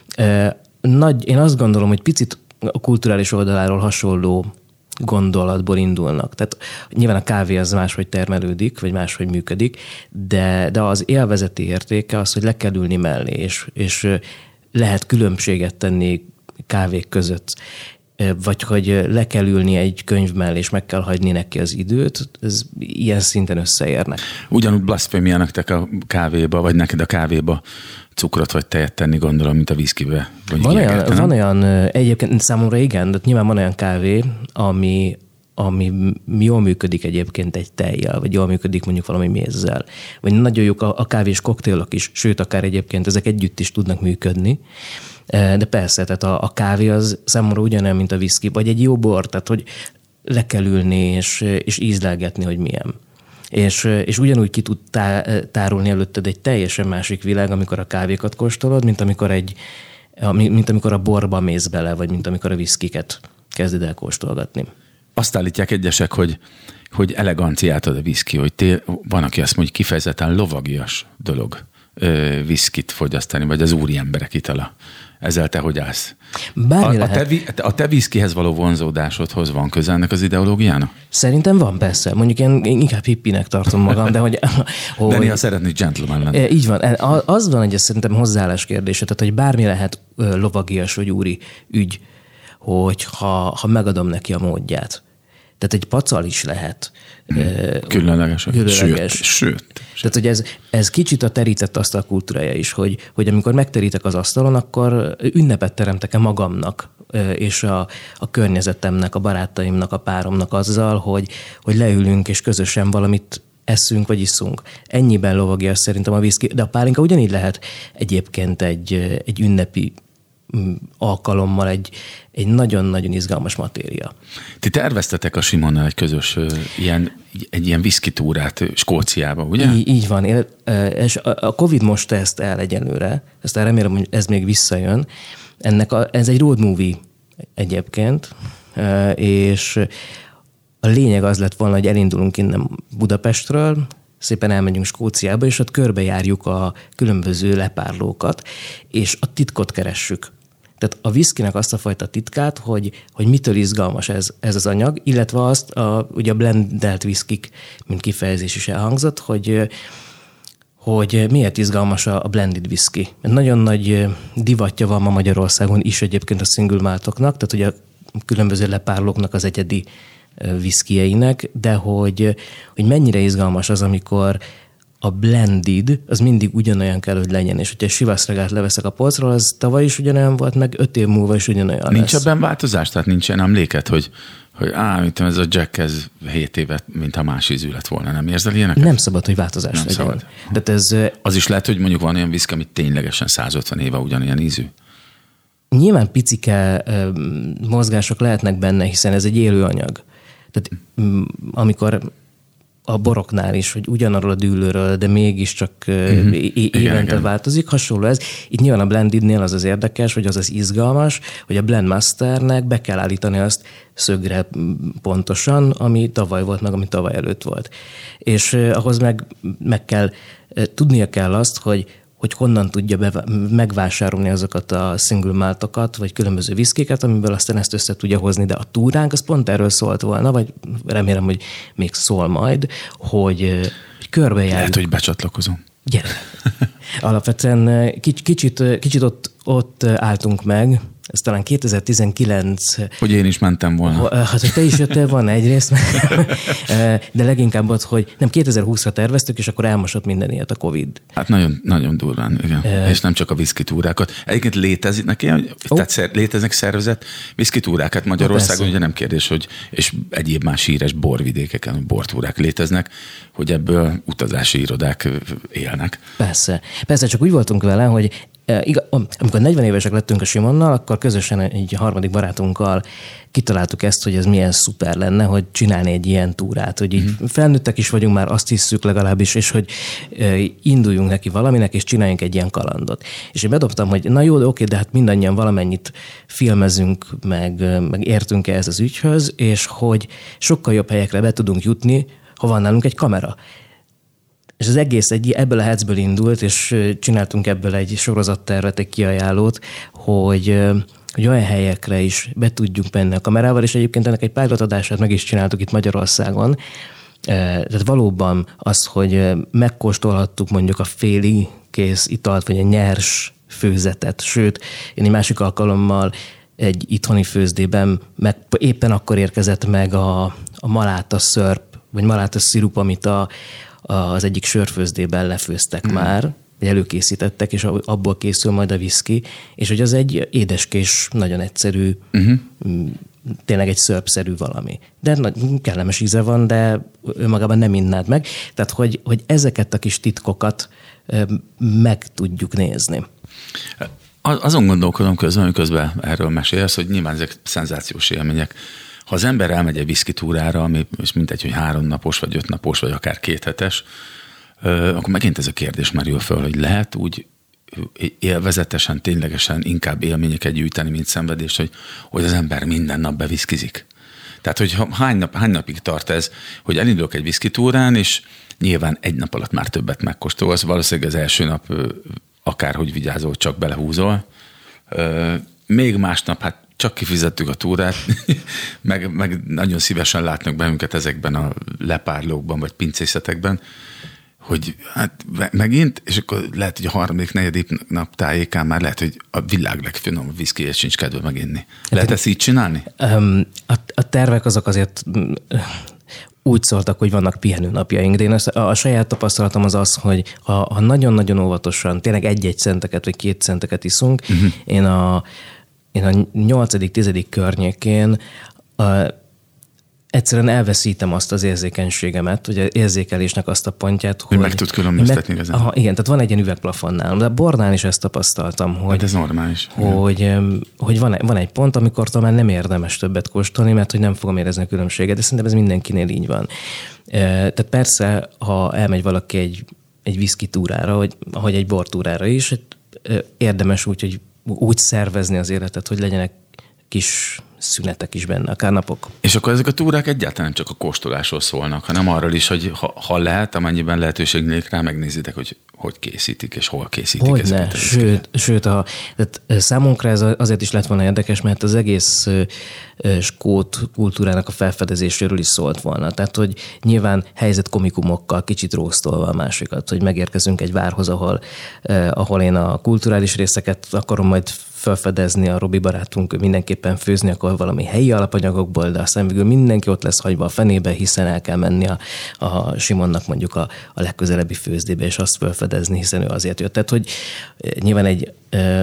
Nagy, én azt gondolom, hogy picit a kulturális oldaláról hasonló gondolatból indulnak. Tehát nyilván a kávé az máshogy termelődik, vagy máshogy működik, de, de az élvezeti értéke az, hogy le kell ülni mellé, és, és lehet különbséget tenni kávék között, vagy hogy le kell ülni egy könyv mellé, és meg kell hagyni neki az időt, ez ilyen szinten összeérnek. Ugyanúgy blaszfémia nektek a kávéba, vagy neked a kávéba cukrot vagy tejet tenni, gondolom, mint a viszkibe. Van olyan, van olyan, egyébként számomra igen, de nyilván van olyan kávé, ami, ami jól működik egyébként egy tejjel, vagy jól működik mondjuk valami mézzel. Vagy nagyon jók a, a kávés koktélok is, sőt, akár egyébként ezek együtt is tudnak működni. De persze, tehát a, a kávé az számomra ugyanolyan, mint a viszki, vagy egy jó bor, tehát hogy le kell ülni és, és ízlelgetni, hogy milyen. És, és ugyanúgy ki tud tá, tárulni előtted egy teljesen másik világ, amikor a kávékat kóstolod, mint amikor, egy, mint amikor a borba mész bele, vagy mint amikor a viszkiket kezded el kóstolgatni. Azt állítják egyesek, hogy hogy eleganciát ad a viszki, hogy tél, van, aki azt mondja, kifejezetten lovagias dolog ö, viszkit fogyasztani, vagy az úri emberek itala. Ezzel te hogy állsz? Bármi a, a, te, a te viszkihez való vonzódásodhoz van köze ennek az ideológiának? Szerintem van, persze. Mondjuk én inkább hippinek tartom magam, de hogy... hogy de néha szeretnék gentleman lenni. Így van. Az van, hogy ez szerintem hozzáállás kérdése, tehát hogy bármi lehet lovagias vagy úri ügy, hogy ha, ha megadom neki a módját. Tehát egy pacal is lehet. Hmm. Különleges. Különleges. Sőt, sőt. Tehát, hogy ez, ez kicsit a terített asztal kultúrája is, hogy, hogy amikor megterítek az asztalon, akkor ünnepet teremtek-e magamnak, és a, a környezetemnek, a barátaimnak, a páromnak azzal, hogy, hogy leülünk, és közösen valamit eszünk, vagy iszunk. Ennyiben lovagias szerintem a viszki, de a pálinka ugyanígy lehet egyébként egy, egy ünnepi alkalommal egy, egy nagyon-nagyon izgalmas matéria. Ti terveztetek a Simonnal egy közös ilyen, egy ilyen viszkitúrát Skóciába, ugye? Így, így van. És a Covid most ezt el egyelőre, ezt remélem, hogy ez még visszajön. Ennek a, ez egy road movie egyébként, és a lényeg az lett volna, hogy elindulunk innen Budapestről, szépen elmegyünk Skóciába, és ott körbejárjuk a különböző lepárlókat, és a titkot keressük. Tehát a viszkinek azt a fajta titkát, hogy, hogy mitől izgalmas ez, ez az anyag, illetve azt, a, ugye a blendelt viszkik, mint kifejezés is elhangzott, hogy, hogy miért izgalmas a blended whisky. Nagyon nagy divatja van ma Magyarországon is egyébként a single maltoknak, tehát ugye a különböző lepárlóknak az egyedi viszkijeinek, de hogy, hogy mennyire izgalmas az, amikor a blended, az mindig ugyanolyan kell, hogy legyen, és hogyha egy Chivas leveszek a polcról, az tavaly is ugyanolyan volt, meg öt év múlva is ugyanolyan Nincs lesz. ebben változás? Tehát nincsen emléket, hogy, hogy á, mint ez a Jack, ez hét évet, mint a más ízű lett volna. Nem érzel ilyeneket? Nem szabad, hogy változás Nem legyen. szabad. Tehát ez, az is lehet, hogy mondjuk van olyan viszki, ami ténylegesen száz ötven éve ugyanilyen ízű. Nyilván picike mozgások lehetnek benne, hiszen ez egy élő anyag. Tehát amikor a boroknál is, hogy ugyanarról a dűlőről, de mégiscsak uh-huh. é- évente változik, hasonló ez. Itt nyilván a blendednél az az érdekes, hogy az az izgalmas, hogy a blendmasternek be kell állítani azt szögre pontosan, ami tavaly volt, meg ami tavaly előtt volt. És eh, ahhoz meg, meg kell, eh, tudnia kell azt, hogy hogy honnan tudja be, megvásárolni azokat a single maltokat, vagy különböző viszkéket, amiből aztán ezt össze tudja hozni. De a túránk az pont erről szólt volna, vagy remélem, hogy még szól majd, hogy, hogy körbejárjuk. Lehet, hogy becsatlakozom. Gyere. Alapvetően kicsit, kicsit ott, ott álltunk meg, ez talán kétezer-tizenkilenc... Hogy én is mentem volna. Hát, hogy te is jöttél volna egyrészt, de leginkább ott, hogy nem kétezer-húszra terveztük, és akkor elmosott minden ilyet a Covid. Hát nagyon, nagyon durván, igen. E... És nem csak a viszkitúrákat. Egyébként léteznek ilyen, oh. tehát szer, léteznek szervezett viszkitúrákat Magyarországon, ugye nem kérdés, hogy és egyéb más híres borvidékeken bortúrák léteznek, hogy ebből utazási irodák élnek. Persze. Persze, csak úgy voltunk vele, hogy amikor negyven évesek lettünk a Simonnal, akkor közösen egy harmadik barátunkkal kitaláltuk ezt, hogy ez milyen szuper lenne, hogy csinálni egy ilyen túrát, hogy így mm. felnőttek is vagyunk már, azt hisszük legalábbis, és hogy induljunk neki valaminek, és csináljunk egy ilyen kalandot. És én bedobtam, hogy na jó, de oké, de hát mindannyian valamennyit filmezünk, meg, meg értünk ehhez az ügyhöz, és hogy sokkal jobb helyekre be tudunk jutni, ha van nálunk egy kamera. És az egész egy, ebből a hercből indult, és csináltunk ebből egy sorozattervet, egy kiajánlót, hogy, hogy olyan helyekre is be tudjuk menni a kamerával, és egyébként ennek egy pilotadását meg is csináltuk itt Magyarországon. Tehát valóban az, hogy megkóstolhattuk mondjuk a félig kész italt, vagy a nyers főzetet, sőt, én egy másik alkalommal egy itthoni főzdében meg, éppen akkor érkezett meg a, a maláta szörp, vagy maláta szirup, amit a az egyik sörfőzdében lefőztek mm. már, vagy előkészítettek, és abból készül majd a viszki, és hogy az egy édeskés, nagyon egyszerű, uh-huh. tényleg egy szörpszerű valami. De kellemes íze van, de önmagában nem innád meg. Tehát, hogy, hogy ezeket a kis titkokat meg tudjuk nézni. Azon gondolkodom közben, közben erről mesélsz, hogy nyilván ezek szenzációs élmények. Ha az ember elmegy egy viszkitúrára, ami és mindegy, hogy három napos, vagy öt napos, vagy akár két hetes, akkor megint ez a kérdés merül föl, hogy lehet úgy élvezetesen, ténylegesen inkább élményeket gyűjteni, mint szenvedést, hogy, hogy az ember minden nap beviszkizik. Tehát, hogy hány, nap, hány napig tart ez, hogy elindulok egy viszkitúrán, és nyilván egy nap alatt már többet megkóstolsz, valószínűleg az első nap akárhogy vigyázol, csak belehúzol. Még másnap, hát csak kifizettük a túrát, meg, meg nagyon szívesen látnak bennünket ezekben a lepárlókban, vagy pincészetekben, hogy hát megint, és akkor lehet, hogy a harmadik, negyedik nap tájékán már lehet, hogy a világ legfinomabb viszkijét sincs kedve meginni. Lehet ezt így csinálni? A, a tervek azok azért úgy szóltak, hogy vannak pihenő napjaink, de én a, a saját tapasztalatom az az, hogy ha, ha nagyon-nagyon óvatosan, tényleg egy-egy centeket, vagy két centeket iszunk, uh-huh. én a Én a nyolcadik-tizedik környékén a, egyszerűen elveszítem azt az érzékenységemet, vagy az érzékelésnek azt a pontját, hogy... Hogy meg tud különböztetni igazán. Aha, igen, tehát van egy ilyen üvegplafon nálam, de a bornál is ezt tapasztaltam, hogy... Hát ez normális. Hogy, hogy van, van egy pont, amikor talán nem érdemes többet kóstolni, mert hogy nem fogom érezni a különbséget, de szerintem ez mindenkinél így van. Tehát persze, ha elmegy valaki egy, egy viszki túrára, vagy, vagy egy bortúrára is, érdemes úgy, hogy úgy szervezni az életet, hogy legyenek kis szünetek is benne, akár napok. És akkor ezek a túrák egyáltalán nem csak a kóstolásról szólnak, hanem arról is, hogy ha, ha lehet, amennyiben lehetőség nyílik rá, megnézitek, hogy hogy készítik, és hol készítik hogy ezeket. Ne. Sőt, sőt a, tehát számunkra ez azért is lett volna érdekes, mert az egész skót kultúrának a felfedezéséről is szólt volna. Tehát, hogy nyilván helyzetkomikumokkal kicsit rósztolva a másikat, hogy megérkezünk egy várhoz, ahol, eh, ahol én a kulturális részeket akarom majd felfedezni, a Robi barátunk mindenképpen főzni akar valami helyi alapanyagokból, de aztán végül mindenki ott lesz hagyva a fenébe, hiszen el kell menni a, a Simonnak mondjuk a, a legközelebbi főzdébe, és azt felfedezni, hiszen ő azért jött. Tehát, hogy nyilván egy,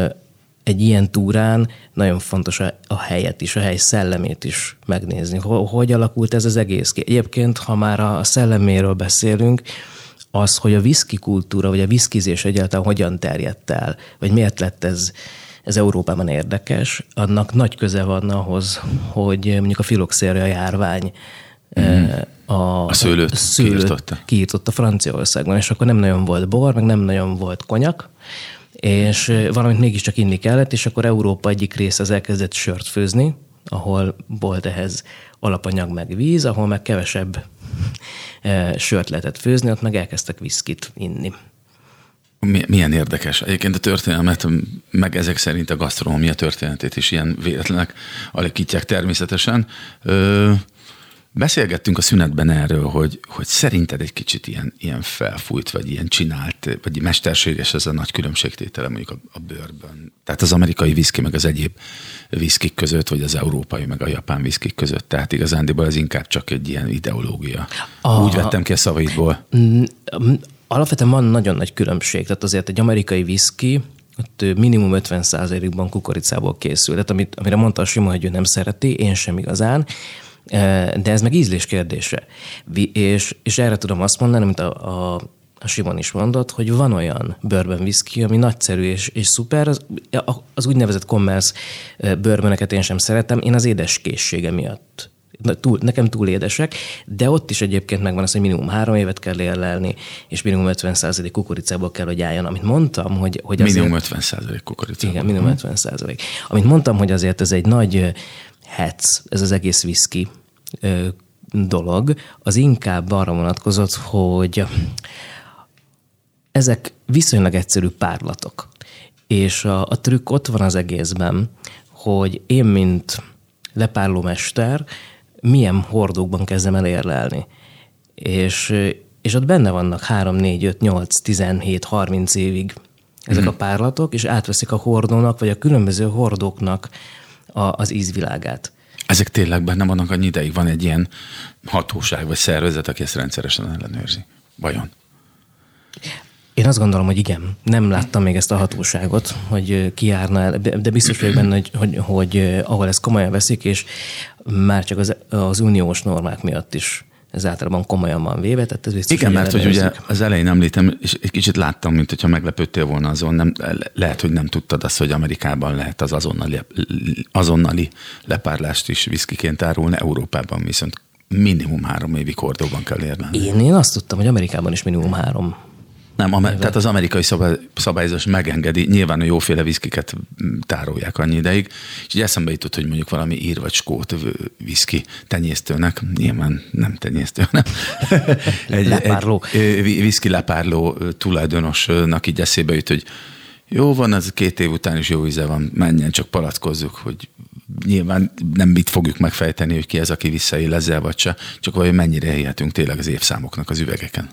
egy ilyen túrán nagyon fontos a, a helyet is, a hely szellemét is megnézni. Hogy alakult ez az egész? Egyébként, ha már a szelleméről beszélünk, az, hogy a viszki kultúra, vagy a viszkizés egyáltalán hogyan terjedt el, vagy miért lett ez ez Európában érdekes, annak nagy köze van ahhoz, hogy mondjuk a filoxéria járvány mm. a, a szőlőt, szőlőt kiirtotta. kiirtotta Franciaországban, és akkor nem nagyon volt bor, meg nem nagyon volt konyak, és valamit mégiscsak inni kellett, és akkor Európa egyik része az elkezdett sört főzni, ahol volt ehhez alapanyag meg víz, ahol meg kevesebb sört lehetett főzni, ott meg elkezdtek viszkit inni. Milyen érdekes. Egyébként a történelmet, meg ezek szerint a gasztronómia történetét is ilyen véletlenek alakítják természetesen. Ö, beszélgettünk a szünetben erről, hogy, hogy szerinted egy kicsit ilyen, ilyen felfújt, vagy ilyen csinált, vagy mesterséges ez a nagy különbségtétele mondjuk a, a bőrben. Tehát az amerikai viszki meg az egyéb viszkik között, vagy az európai meg a japán viszkik között. Tehát igazándiból ez inkább csak egy ilyen ideológia. A... Úgy vettem ki a szavaidból. Alapvetően van nagyon nagy különbség, tehát azért egy amerikai viszki, ott minimum ötven százalékban kukoricából készül, tehát amit, amire mondta a Sima, hogy ő nem szereti, én sem igazán, de ez meg ízlés kérdése. És, és erre tudom azt mondani, amit a, a, a Simon is mondott, hogy van olyan bourbon viszki, ami nagyszerű és, és szuper, az, az úgynevezett commerce bourboneket én sem szeretem, én az édeskészsége miatt. Túl, nekem túl édesek, de ott is egyébként megvan az, hogy minimum három évet kell érlelni, és minimum ötven százalék kukoricából kell, hogy álljon. Amit mondtam, hogy, hogy azért... Minimum ötven százalék kukoricából. Igen, minimum ötven százalék. Amit mondtam, hogy azért ez egy nagy hec, ez az egész whisky dolog, az inkább arra vonatkozott, hogy ezek viszonylag egyszerű párlatok. És a, a trükk ott van az egészben, hogy én, mint lepárlómester, milyen hordókban kezdem el érlelni. És, és ott benne vannak három, négy, öt, nyolc, tizenhét, harminc évig ezek mm. a párlatok, és átveszik a hordónak, vagy a különböző hordóknak a, az ízvilágát. Ezek tényleg benne vannak annyi ideig? Van egy ilyen hatóság, vagy szervezet, aki ezt rendszeresen ellenőrzi? Vajon? Én azt gondolom, hogy igen. Nem láttam még ezt a hatóságot, hogy kijárna el, de biztos vagyok benne, hogy, hogy, hogy ahol ezt komolyan veszik, és már csak az, az uniós normák miatt is ez általában komolyan van véve. Tehát ez biztos, igen, mert hogy ugye az elején említem, és egy kicsit láttam, mint hogyha meglepődtél volna azon, nem, lehet, hogy nem tudtad azt, hogy Amerikában lehet az azonnali, azonnali lepárlást is viszkiként árulni, Európában viszont minimum három évi hordóban kell érlelni. Én, én azt tudtam, hogy Amerikában is minimum három Nem, a, tehát az amerikai szabály, szabályozás megengedi, nyilván a jóféle viszkiket tárolják annyi ideig, és így eszembe jutott, hogy mondjuk valami ír vagy skót viszki tenyésztőnek, nyilván nem tenyésztő, nem. egy, lepárló. Egy viszki lepárló tulajdonosnak így eszébe jut, hogy jó van, az két év után is jó íze van, menjen, csak palackozzuk, hogy nyilván nem mit fogjuk megfejteni, hogy ki ez, aki visszaél ezzel vagy se, csak hogy mennyire hihetünk tényleg az évszámoknak az üvegeken.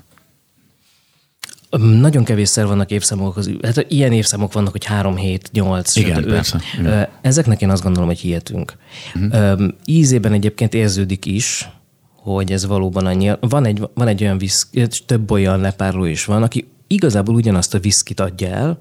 Nagyon kevésszer vannak évszámok, az, hát ilyen évszámok vannak, hogy három, hét, nyolc, igen, persze. Igen. Ezeknek én azt gondolom, hogy hihetünk. Uh-huh. Ízében egyébként érződik is, hogy ez valóban annyi. Van egy, van egy olyan viszki, több olyan lepárló is van, aki igazából ugyanazt a viszkit adja el.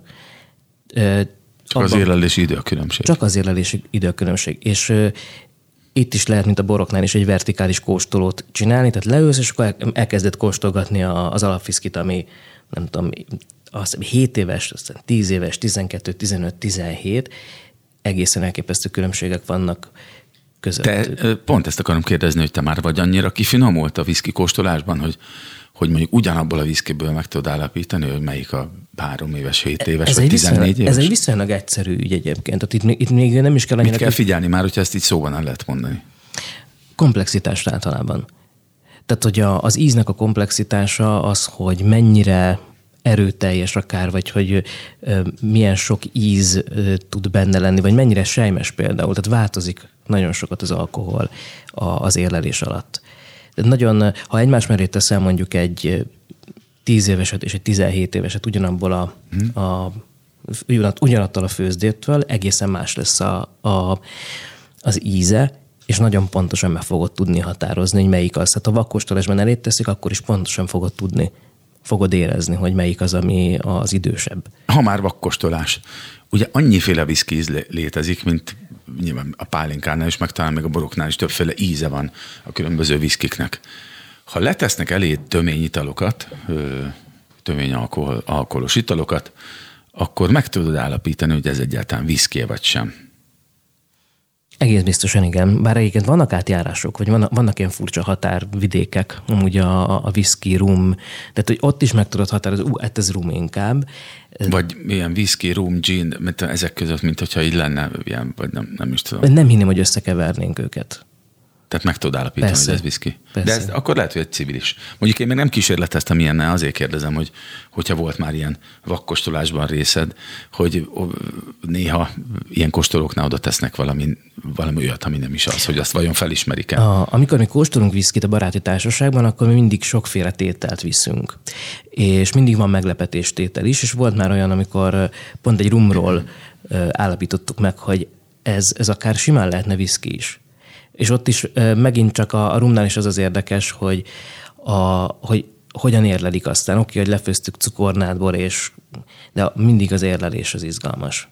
Csak abban, az érlelési időkülönbség. Csak az érlelési időkülönbség. És uh, itt is lehet, mint a boroknál is, egy vertikális kóstolót csinálni, tehát leülsz, és akkor elkezded kóstolgatni az alapviszkit, ami nem tudom, azt hét éves, aztán tíz éves, tizenkettő, tizenöt, tizenhét, egészen elképesztő különbségek vannak között. Te pont ezt akarom kérdezni, hogy te már vagy annyira kifinomult a viszki kóstolásban, hogy, hogy mondjuk ugyanabból a viszkiből meg tudod állapítani, hogy melyik a három éves, hét éves, ez vagy tizennégy éves? Ez egy viszonylag egyszerű ügy egyébként. Itt, itt még nem is kell annyira... Mit kell figyelni már, hogyha ezt így szóban el lehet mondani? Komplexitást általában. Tehát, hogy a, az íznek a komplexitása az, hogy mennyire erőteljes akár, vagy hogy ö, milyen sok íz ö, tud benne lenni, vagy mennyire sejmes például. Tehát változik nagyon sokat az alkohol a, az érlelés alatt. Tehát nagyon, ha egymás mellé teszel mondjuk egy tíz éveset és egy tizenhét éveset ugyanabból a, hmm. a ugyanattal a főzdétől, egészen más lesz a, a, az íze, és nagyon pontosan meg fogod tudni határozni, hogy melyik az. Tehát ha vakkóstolásban elét teszik, akkor is pontosan fogod tudni, fogod érezni, hogy melyik az, ami az idősebb. Ha már vakkóstolás. Ugye annyiféle viszki íz létezik, mint nyilván a pálinkánál is, meg talán még a boroknál is többféle íze van a különböző viszkiknek. Ha letesznek elé tömény italokat, tömény alkohol, alkoholos italokat, akkor meg tudod állapítani, hogy ez egyáltalán viszki vagy sem. Egész biztosan igen. Bár egyébként vannak átjárások, vagy vannak, vannak ilyen furcsa határvidékek, amúgy a, a whisky, rum, tehát hogy ott is meg tudod határozni, ú, hát ez rum inkább. Vagy ilyen whisky, rum, gin, mint ezek között, mint hogyha így lenne ilyen, vagy nem, nem is tudom. Nem hinném, hogy összekevernénk őket. Tehát meg tudod állapítani, persze, hogy ez whisky. Persze. De ez akkor lehet, hogy egy civilis. Mondjuk én még nem kísérleteztem ilyennel, azért kérdezem, hogy hogyha volt már ilyen vakkostolásban részed, hogy néha ilyen kóstolóknál oda tesznek valami, valami olyat, ami nem is az, hogy azt vajon felismerik-e. A, amikor mi kóstolunk viszkit a baráti társaságban, akkor mi mindig sokféle tételt viszünk. És mindig van meglepetéstétel is, és volt már olyan, amikor pont egy rumról állapítottuk meg, hogy ez, ez akár simán lehetne viszki is. És ott is megint csak a, a rumnál is az az érdekes, hogy, a, hogy hogyan érlelik aztán. Oké, hogy lefőztük cukornádból, és, de mindig az érlelés az izgalmas.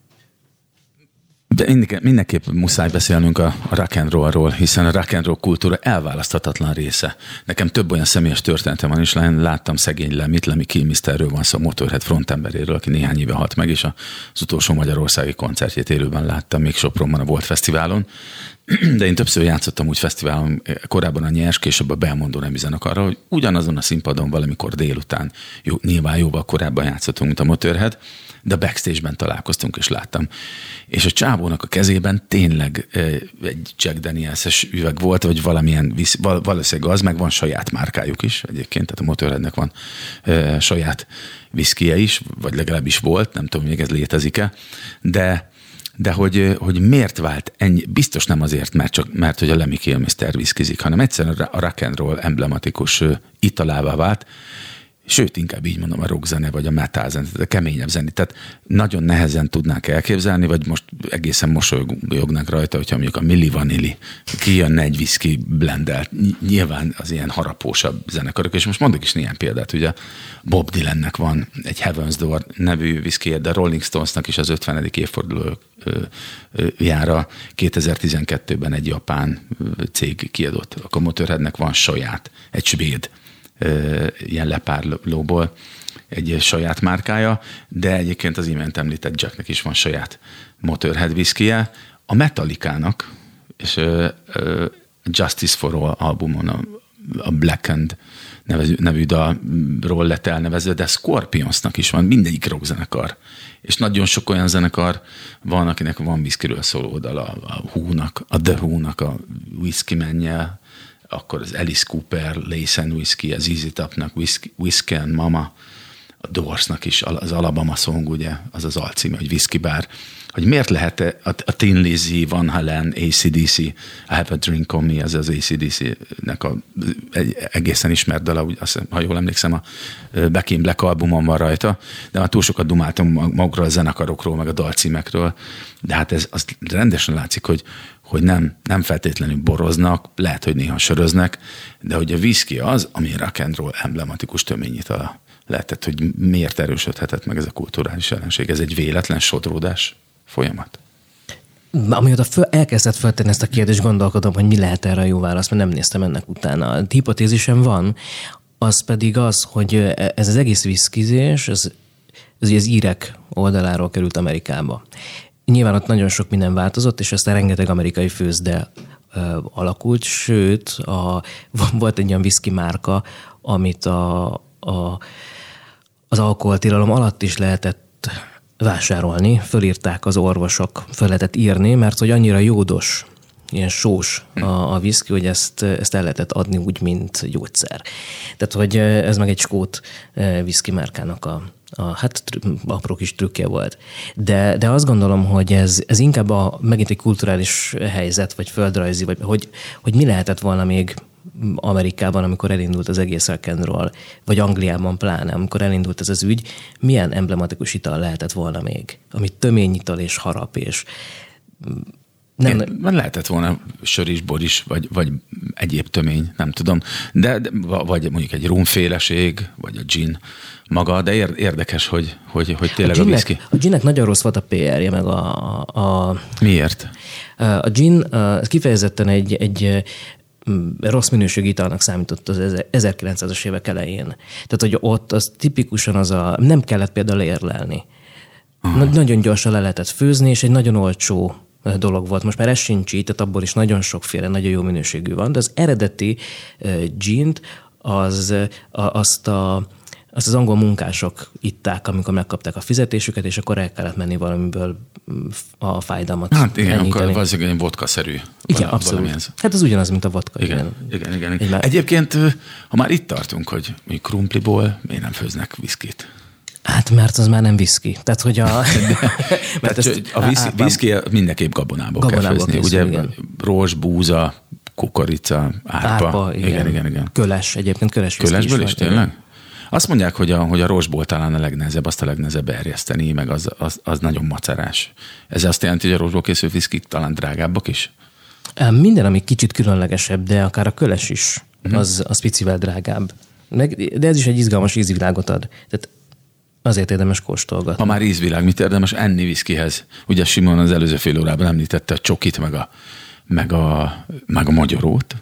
De mindenképp muszáj beszélnünk a, a rock and rollról, hiszen a rock and roll kultúra elválaszthatatlan része. Nekem több olyan személyes történetem van is, láttam szegény Lemit, Lemmy Kilmisterről van szó, a Motorhead frontemberéről, aki néhány éve halt meg, és az utolsó magyarországi koncertjét élőben láttam, még Sopronban a Volt Fesztiválon. De én többször játszottam úgy fesztiválon, korábban a Nyers, később a Belmondó nemű zenekarra, hogy ugyanazon a színpadon valamikor délután, jó, nyilván jóval korábban játszottunk, mint a Motorhead, de a backstage-ben találkoztunk és láttam. És a csávónak a kezében tényleg egy Jack Daniels-es üveg volt, vagy valamilyen, valószínűleg az, meg van saját márkájuk is egyébként, tehát a Motorheadnek van e, saját viszkije is, vagy legalábbis volt, nem tudom, még ez létezik-e, de De hogy, hogy miért vált ennyi, biztos nem azért, mert, csak, mert hogy a Lemmy Kilmister viszkizik, hanem egyszerűen a rock and roll emblematikus italává vált, sőt, inkább így mondom, a rock zene, vagy a metal zene, tehát a keményebb zene. Tehát nagyon nehezen tudnánk elképzelni, vagy most egészen mosolyognak rajta, hogyha mondjuk a Milli Vanilli kijönne egy whisky blendelt, nyilván az ilyen harapósabb zenekarok, és most mondok is néhány példát, ugye Bob Dylannek van egy Heaven's Door nevű whisky, de Rolling Stonesnak is az ötvenedik évfordulójára kétezer-tizenkettőben egy japán cég kiadott. A Motorheadnek van saját, egy svéd ilyen lepárlóból egy saját márkája, de egyébként az imént említett Jacknek is van saját Motorhead whiskyje. A Metallica-nak és uh, uh, Justice for All albumon a a Black Hand nevű, nevű dalról lett elnevezve, de Scorpionsnak is van, mindegyik rockzenekar. És nagyon sok olyan zenekar van, akinek van whiskyről szóló dal, a, a Who-nak, a The Who-nak a Whiskey Man-jel, akkor az Alice Cooper, Lace and Whiskey, az Easy Top-nak Whiskey, Whiskey and Mama, a Doorsnak is az Alabama Song, ugye, az az alcíme, hogy Whiskey Bar, hogy miért lehet a, a Tin Lizzy, Van Halen, á cé dé cé, I Have a Drink on Me, az az á cé dé cé-nek a, egy egészen ismert dala, úgy, azt, ha jól emlékszem, a Back in Black albumon van rajta, de már túl sokat dumáltam magukról a zenekarokról, meg a dalcímekről, de hát ez az rendesen látszik, hogy, hogy nem, nem feltétlenül boroznak, lehet, hogy néha söröznek, de hogy a whisky az, ami rock and roll emblematikus töményitala lehetett, hogy miért erősödhetett meg ez a kulturális jelenség. Ez egy véletlen sodródás folyamat. Amióta föl, elkezdett feltenni ezt a kérdést, gondolkodom, hogy mi lehet erre a jó válasz, mert nem néztem ennek utána. A hipotézisem van, az pedig az, hogy ez az egész viszkizés, ez, ez az írek oldaláról került Amerikába. Nyilván ott nagyon sok minden változott, és aztán rengeteg amerikai főzde ö, alakult, sőt, a, volt egy olyan viszki márka, amit a, a, az alkoholtilalom alatt is lehetett vásárolni, fölírták az orvosok, föl lehetett írni, mert hogy annyira jódos, ilyen sós a, a viszki, hogy ezt, ezt el lehetett adni úgy, mint gyógyszer. Tehát, hogy ez meg egy skót viszki márkának a, a hát apró kis trükkje volt. De, de azt gondolom, hogy ez, ez inkább a, megint egy kulturális helyzet, vagy földrajzi, vagy hogy, hogy mi lehetett volna még Amerikában, amikor elindult az egész rock and roll, vagy Angliában pláne, amikor elindult ez az ügy, milyen emblematikus ital lehetett volna még, ami töményital és harap, és nem, Én, lehetett volna sör is, bor is, vagy, vagy egyéb tömény, nem tudom, de, de vagy mondjuk egy rumféleség, vagy a gin maga, de érdekes, hogy, hogy, hogy tényleg a, a whisky. A ginnek nagyon rossz volt a pé er-je, meg a... a Miért? A gin a, kifejezetten egy, egy rossz minőségű italnak számított az ezerkilencszázas évek elején. Tehát, hogy ott az tipikusan az a... Nem kellett például érlelni. Uh-huh. Nagyon gyorsan le lehetett főzni, és egy nagyon olcsó dolog volt. Most már ez sincs így, tehát abból is nagyon sokféle, nagyon jó minőségű van, de az eredeti uh, gint, az, a, azt, a, azt az angol munkások itták, amikor megkapták a fizetésüket, és akkor el kellett menni valamiből a fájdalmat Hát igen, enyhíteni. Akkor valószínűleg egy vodka-szerű. Igen, abszolút. Hát ez ugyanaz, mint a vodka. Igen, igen, igen. igen. Már... Egyébként, ha már itt tartunk, hogy mondjuk krumpliból miért nem főznek viszkit? Hát mert az már nem viszki. Tehát, hogy a... mert ezt, a viszki, viszki mindenképp gabonából, gabonából kell főzni. Készül, ugye igen. Rozs, búza, kukorica, árpa. árpa igen. igen, igen, igen. Köles, egyébként köles viszki Kölesből is, is tényleg? Azt mondják, hogy a, hogy a rozsból talán a legnehezebb, azt a legnehezebb erjeszteni, meg az, az, az nagyon macerás. Ez azt jelenti, hogy a rozsból készült viszkik talán drágábbak is? Minden, ami kicsit különlegesebb, de akár a köles is, uh-huh. az, az picivel drágább. De ez is egy izgalmas ízvilágot ad. Tehát azért érdemes kóstolgatni. Ha már ízvilág, mit érdemes enni viszkihez? Ugye Simon az előző fél órában említette a csokit, meg a, meg a, meg a magyarót.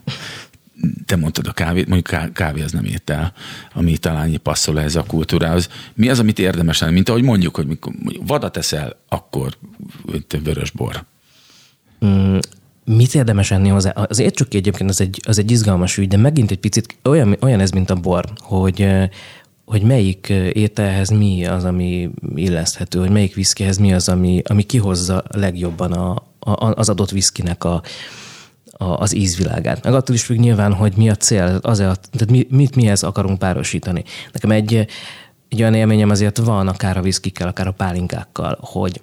Te mondtad a kávét, mondjuk kávé az nem étel, ami talán passzol ehhez a kultúrához. Mi az, amit érdemes enni? Mint ahogy mondjuk, hogy mikor vadat eszel, akkor vörösbor. Mm, mit érdemes enni hozzá? Az értcsoki egyébként az egy, az egy izgalmas ügy, de megint egy picit olyan, olyan ez, mint a bor, hogy hogy melyik ételhez mi az, ami illeszthető, hogy melyik viszkihez mi az, ami, ami kihozza legjobban a, a, az adott viszkinek a, a, az ízvilágát. Meg attól is függ nyilván, hogy mi a cél, azért, tehát mi, mit mihez akarunk párosítani. Nekem egy, egy olyan élményem azért van, akár a viszkikkel, akár a pálinkákkal, hogy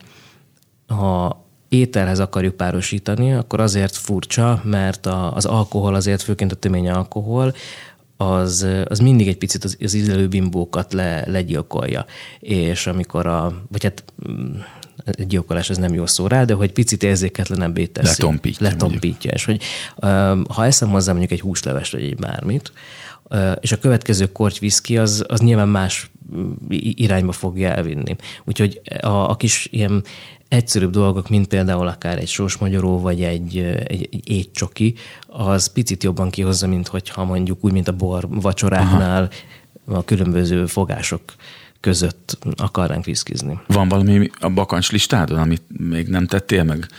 ha ételhez akarjuk párosítani, akkor azért furcsa, mert a, az alkohol azért, főként a tömény alkohol, az, az mindig egy picit az, az ízlelő bimbókat le, legyilkolja. És amikor a, vagy hát egy gyilkolás ez nem jó szó rá, de hogy picit érzéketlenebbé teszi. Letompítja. Letompítja. És hogy ha eszem hozzá mondjuk egy húslevest, vagy egy bármit, és a következő korty viszki, az, az nyilván más irányba fogja elvinni. Úgyhogy a, a kis ilyen egyszerűbb dolgok, mint például akár egy sósmagyaró, vagy egy, egy, egy étcsoki, az picit jobban kihozza, mint hogyha mondjuk úgy, mint a bor vacsoráknál Aha. a különböző fogások között akarnánk viszkizni. Van valami a bakancs listádon, amit még nem tettél meg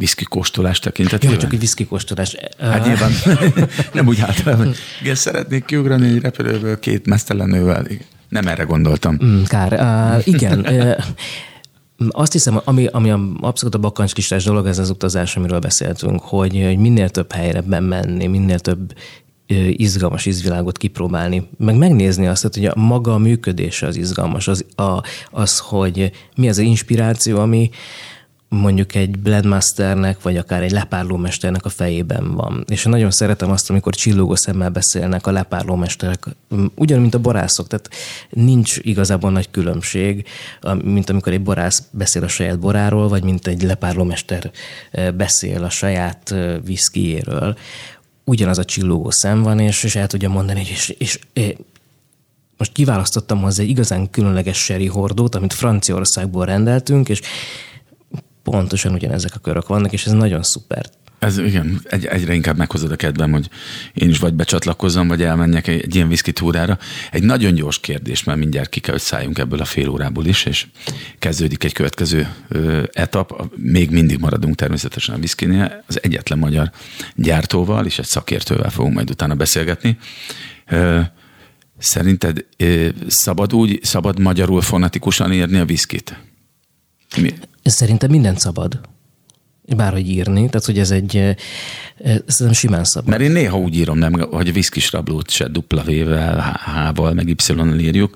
viszki kóstolás tekintetében? Jó, csak egy viszki kóstolás. Hát nyilván nem úgy általában. Igen, szeretnék kiugrani egy repülőből két mesztelenővel. Nem erre gondoltam. Mm, kár. Uh, igen. Uh, azt hiszem, ami, ami abszolút a bakkantslistás dolog, ez az utazás, amiről beszéltünk, hogy, hogy minél több helyre menni, minél több izgalmas ízvilágot kipróbálni, meg megnézni azt, hogy a maga a működése az izgalmas, az, a, az hogy mi az az inspiráció, ami mondjuk egy blendmasternek, vagy akár egy lepárlómesternek a fejében van. És én nagyon szeretem azt, amikor csillogó szemmel beszélnek a lepárlómesterek, ugyanúgy, mint a borászok, tehát nincs igazából nagy különbség, mint amikor egy borász beszél a saját boráról, vagy mint egy lepárlómester beszél a saját viszkijéről. Ugyanaz a csillogó szem van, és, és el tudja mondani, és, és, és most kiválasztottam hozzá egy igazán különleges sherry hordót, amit Franciaországból rendeltünk, és pontosan ugyanezek a körök vannak, és ez nagyon szuper. Ez igen, egy, egyre inkább meghozod a kedvem, hogy én is vagy becsatlakozzam, vagy elmenjek egy, egy ilyen viszki túrára. Egy nagyon gyors kérdés, mert mindjárt ki kell, hogy szálljunk ebből a fél órából is, és kezdődik egy következő ö, etap. Még mindig maradunk természetesen a viszkinél. Az egyetlen magyar gyártóval és egy szakértővel fogunk majd utána beszélgetni. Ö, szerinted ö, szabad úgy, szabad magyarul fonetikusan írni a viszkit? Mi? Szerintem mindent szabad. Bárhogy írni, tehát hogy ez egy, ez nem simán szabad. Mert én néha úgy írom, nem, hogy a viszkis rablót se dupla V-vel, H-val, meg Y-nal írjuk.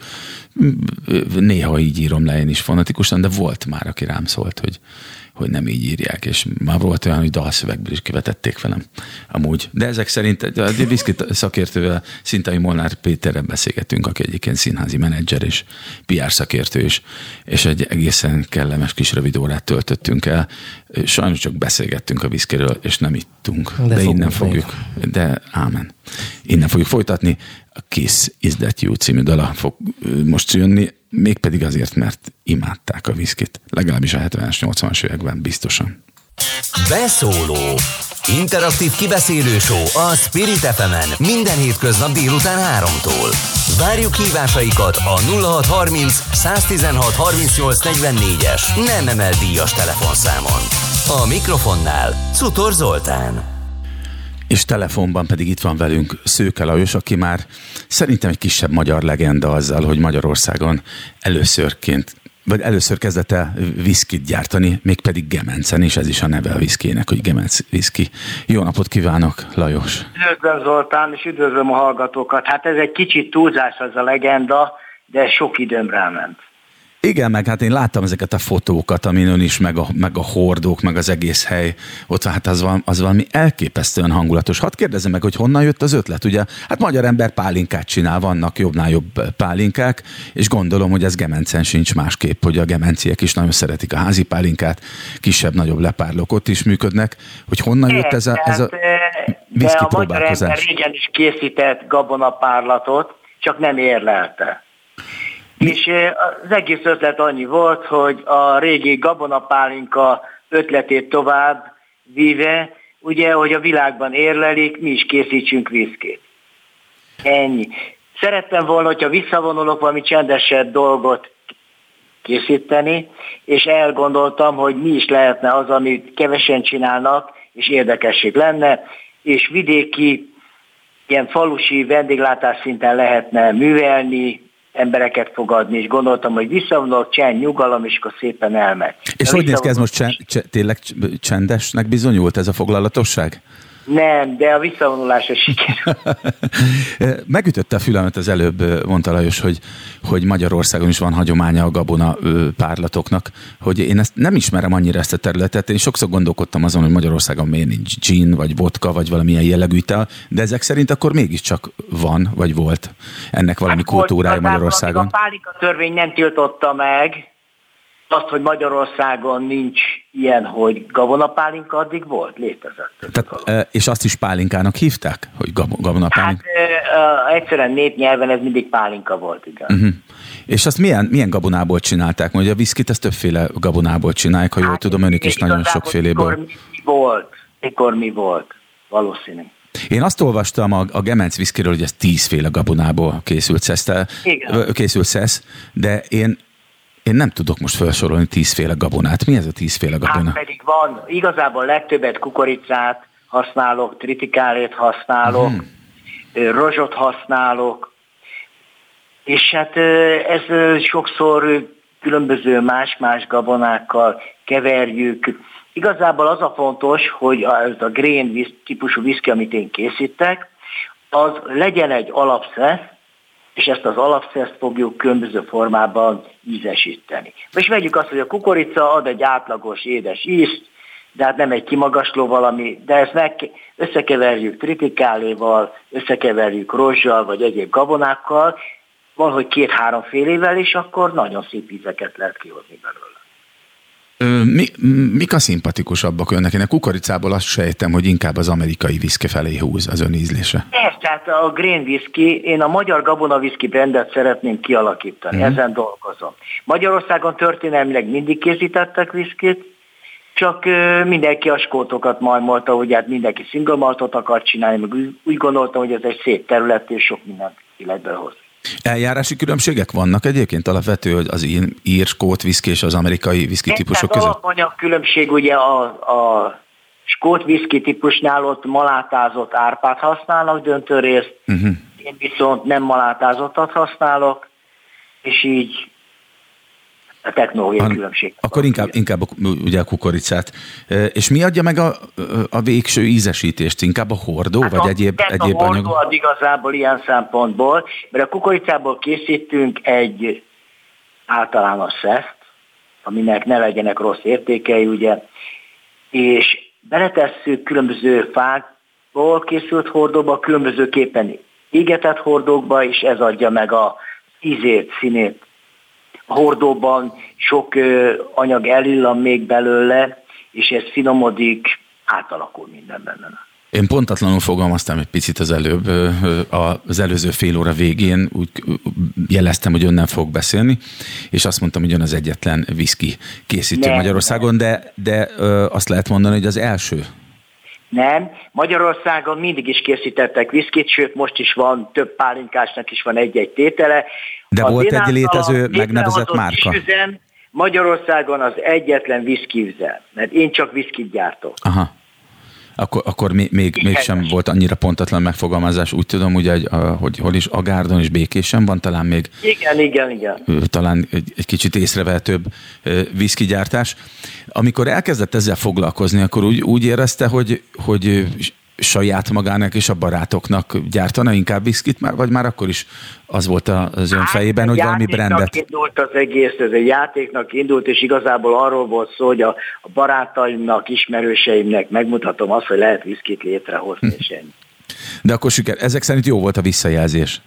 Néha így írom le én is fonetikusan, de volt már, aki rám szólt, hogy, hogy nem így írják, és már volt olyan, hogy dalszövegből is kivetették velem amúgy. De ezek szerint a viszki szakértővel, Szintai Molnár Péterrel beszélgettünk, aki egyébként színházi menedzser és pé er szakértő is, és egy egészen kellemes kis rövid órát töltöttünk el. Sajnos csak beszélgettünk a viszkiről, és nem ittunk. De, de innen fogjuk. Még. De ámen. Innen fogjuk folytatni. A Kiss Is That You című dala fog most jönni, mégpedig azért, mert imádták a viszkit. Legalábbis a hetvenes, nyolcvanas években biztosan. Beszóló. Interaktív kibeszélő show a Spirit ef emen minden hétköznap délután háromtól. Várjuk hívásaikat a nulla hat harminc, száztizenhat, harmincnyolc, negyvennégyes nem emel díjas telefonszámon. A mikrofonnál Czutor Zoltán. És telefonban pedig itt van velünk Szőke Lajos, aki már szerintem egy kisebb magyar legenda azzal, hogy Magyarországon előszörként, vagy először kezdett el viszkit gyártani, mégpedig Gemencen, és ez is a neve a viszkének, hogy Gemenc viszki. Jó napot kívánok, Lajos! Üdvözlöm Zoltán, és üdvözlöm a hallgatókat. Hát ez egy kicsit túlzás az a legenda, de sok időm ráment. Igen, meg hát én láttam ezeket a fotókat, amin ön is, meg a, meg a hordók, meg az egész hely, ott hát az, van, az valami elképesztően hangulatos. Hadd kérdezzem meg, hogy honnan jött az ötlet, ugye? Hát magyar ember pálinkát csinál, vannak jobbnál jobb pálinkák, és gondolom, hogy ez Gemencen sincs másképp, hogy a gemenciek is nagyon szeretik a házi pálinkát, kisebb-nagyobb lepárlók ott is működnek, hogy honnan jött ez a, ez a viszki próbálkozás? De a magyar ember régen is készített gabonapárlatot, csak nem érlelte. És az egész ötlet annyi volt, hogy a régi gabonapálinka ötletét tovább víve, ugye, hogy a világban érlelik, mi is készítsünk viszkit. Ennyi. Szerettem volna, hogyha visszavonulok, valami csendesebb dolgot készíteni, és elgondoltam, hogy mi is lehetne az, amit kevesen csinálnak, és érdekesség lenne, és vidéki, ilyen falusi vendéglátás szinten lehetne művelni, embereket fogadni, és gondoltam, hogy visszavonulok, csend, nyugalom, és akkor szépen elmegy. És hogy néz ki ez most csend, tényleg csendesnek bizonyult ez a foglalatosság? Nem, de a visszavonulása sikerült. Megütötte a fülemet az előbb, mondta Lajos, hogy, hogy Magyarországon is van hagyománya a gabona párlatoknak, hogy én ezt nem ismerem annyira ezt a területet. Én sokszor gondolkodtam azon, hogy Magyarországon miért nincs gin, vagy vodka, vagy valamilyen jellegű ital, de ezek szerint akkor mégiscsak van, vagy volt ennek valami hát kultúrája volt, Magyarországon. A pálinka törvény nem tiltotta meg azt, hogy Magyarországon nincs ilyen, hogy gabonapálinka, addig volt, létezett. Tehát, és azt is pálinkának hívták, hogy gabonapálinka? Hát uh, egyszerűen népnyelven ez mindig pálinka volt, igen. Uh-huh. És azt milyen, milyen gabonából csinálták? Mondja, a viszkit ezt többféle gabonából csinálják, ha jól hát, tudom, önök is nagyon sokféléből. Mikor mi volt, mikor mi volt, valószínű. Én azt olvastam a, a Gemenc viszkiről, hogy ez tízféle gabonából készült szesz, készült szesz, de én Én nem tudok most felsorolni tízféle gabonát. Mi ez a tízféle gabona? Hát pedig van, igazából legtöbbet kukoricát használok, tritikálét használok, hmm. rozsot használok, és hát ez sokszor különböző más-más gabonákkal keverjük. Igazából az a fontos, hogy az a grain típusú viszki, amit én készítek, az legyen egy alapszesz, és ezt az alapszeszt fogjuk különböző formában ízesíteni. Most vegyük azt, hogy a kukorica ad egy átlagos édes ízt, de hát nem egy kimagasló valami, de ezt meg összekeverjük tritikáléval, összekeverjük rozssal, vagy egyéb gabonákkal, valahogy két-három félével, és akkor nagyon szép ízeket lehet kihozni belőle. Mi, mik a szimpatikusabbak önnek? Én a kukoricából azt sejtem, hogy inkább az amerikai viszki felé húz az ön ízlése. Ez, tehát a grain whisky, én a magyar gabona whisky brandet szeretném kialakítani, mm. ezen dolgozom. Magyarországon történelmileg mindig készítettek viszkit, csak mindenki a skótokat majmolta, hogy hát mindenki single maltot akar csinálni, meg úgy gondoltam, hogy ez egy szép terület, és sok mindent ki lehet behozni. Eljárási különbségek vannak egyébként alapvető, hogy az ír, skót viszki és az amerikai viszki típusok között? Az alapanyag különbség ugye a, a skót viszki típusnál ott malátázott árpát használnak döntőrészt, uh-huh. én viszont nem malátázottat használok, és így a technológiai különbség. Akkor inkább, inkább ugye a kukoricát. És mi adja meg a, a végső ízesítést? Inkább a hordó, hát vagy a, egyéb, egyéb anyag? A hordó ad igazából ilyen szempontból, mert a kukoricából készítünk egy általános szeszt, aminek ne legyenek rossz értékei, ugye, és beletesszük különböző fákból készült hordóba, különbözőképpen égetett hordókba, és ez adja meg a ízét, színét. A hordóban sok ö, anyag elillan még belőle, és ez finomodik, átalakul minden benne. Én pontatlanul fogalmaztam egy picit az előbb, az előző fél óra végén, úgy jeleztem, hogy önnel fog beszélni, és azt mondtam, hogy ön az egyetlen viszki készítő nem, Magyarországon, nem. de, de ö, azt lehet mondani, hogy az első. Nem, Magyarországon mindig is készítettek viszkit, sőt most is van, több pálinkásnak is van egy-egy tétele. De az volt egy létező megnevezett márka? Üzem, Magyarországon az egyetlen viszkiüzem, mert én csak viszkit gyártok. Aha. Akkor, akkor még, még, mégsem volt annyira pontatlan megfogalmazás. Úgy tudom, ugye, hogy hol is Agárdon és Békésen van talán még. Igen, igen, igen. Talán egy, egy kicsit észrevehetőbb viszkigyártás. Amikor elkezdett ezzel foglalkozni, akkor úgy, úgy érezte, hogy, hogy saját magának és a barátoknak gyártana inkább viszkit, vagy már akkor is az volt az ön fejében, hát, hogy valami brandet? Indult az egész, ez egy játéknak indult, és igazából arról volt szó, hogy a, a barátaimnak, ismerőseimnek megmutatom azt, hogy lehet viszkit létrehozni, hm. és ennyi. De akkor siker, ezek szerint jó volt a visszajelzés?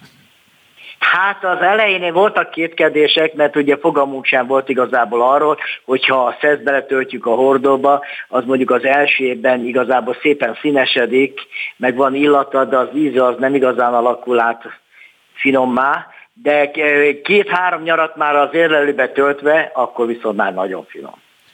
Hát az elején voltak kétkedések, mert ugye fogalmunk sem volt igazából arról, hogyha a szeszt beletöltjük a hordóba, az mondjuk az első évben igazából szépen színesedik, meg van illata, de az íze az nem igazán alakul át finommá, de két-három nyarat már az érlelőbe töltve, akkor viszont már nagyon finom.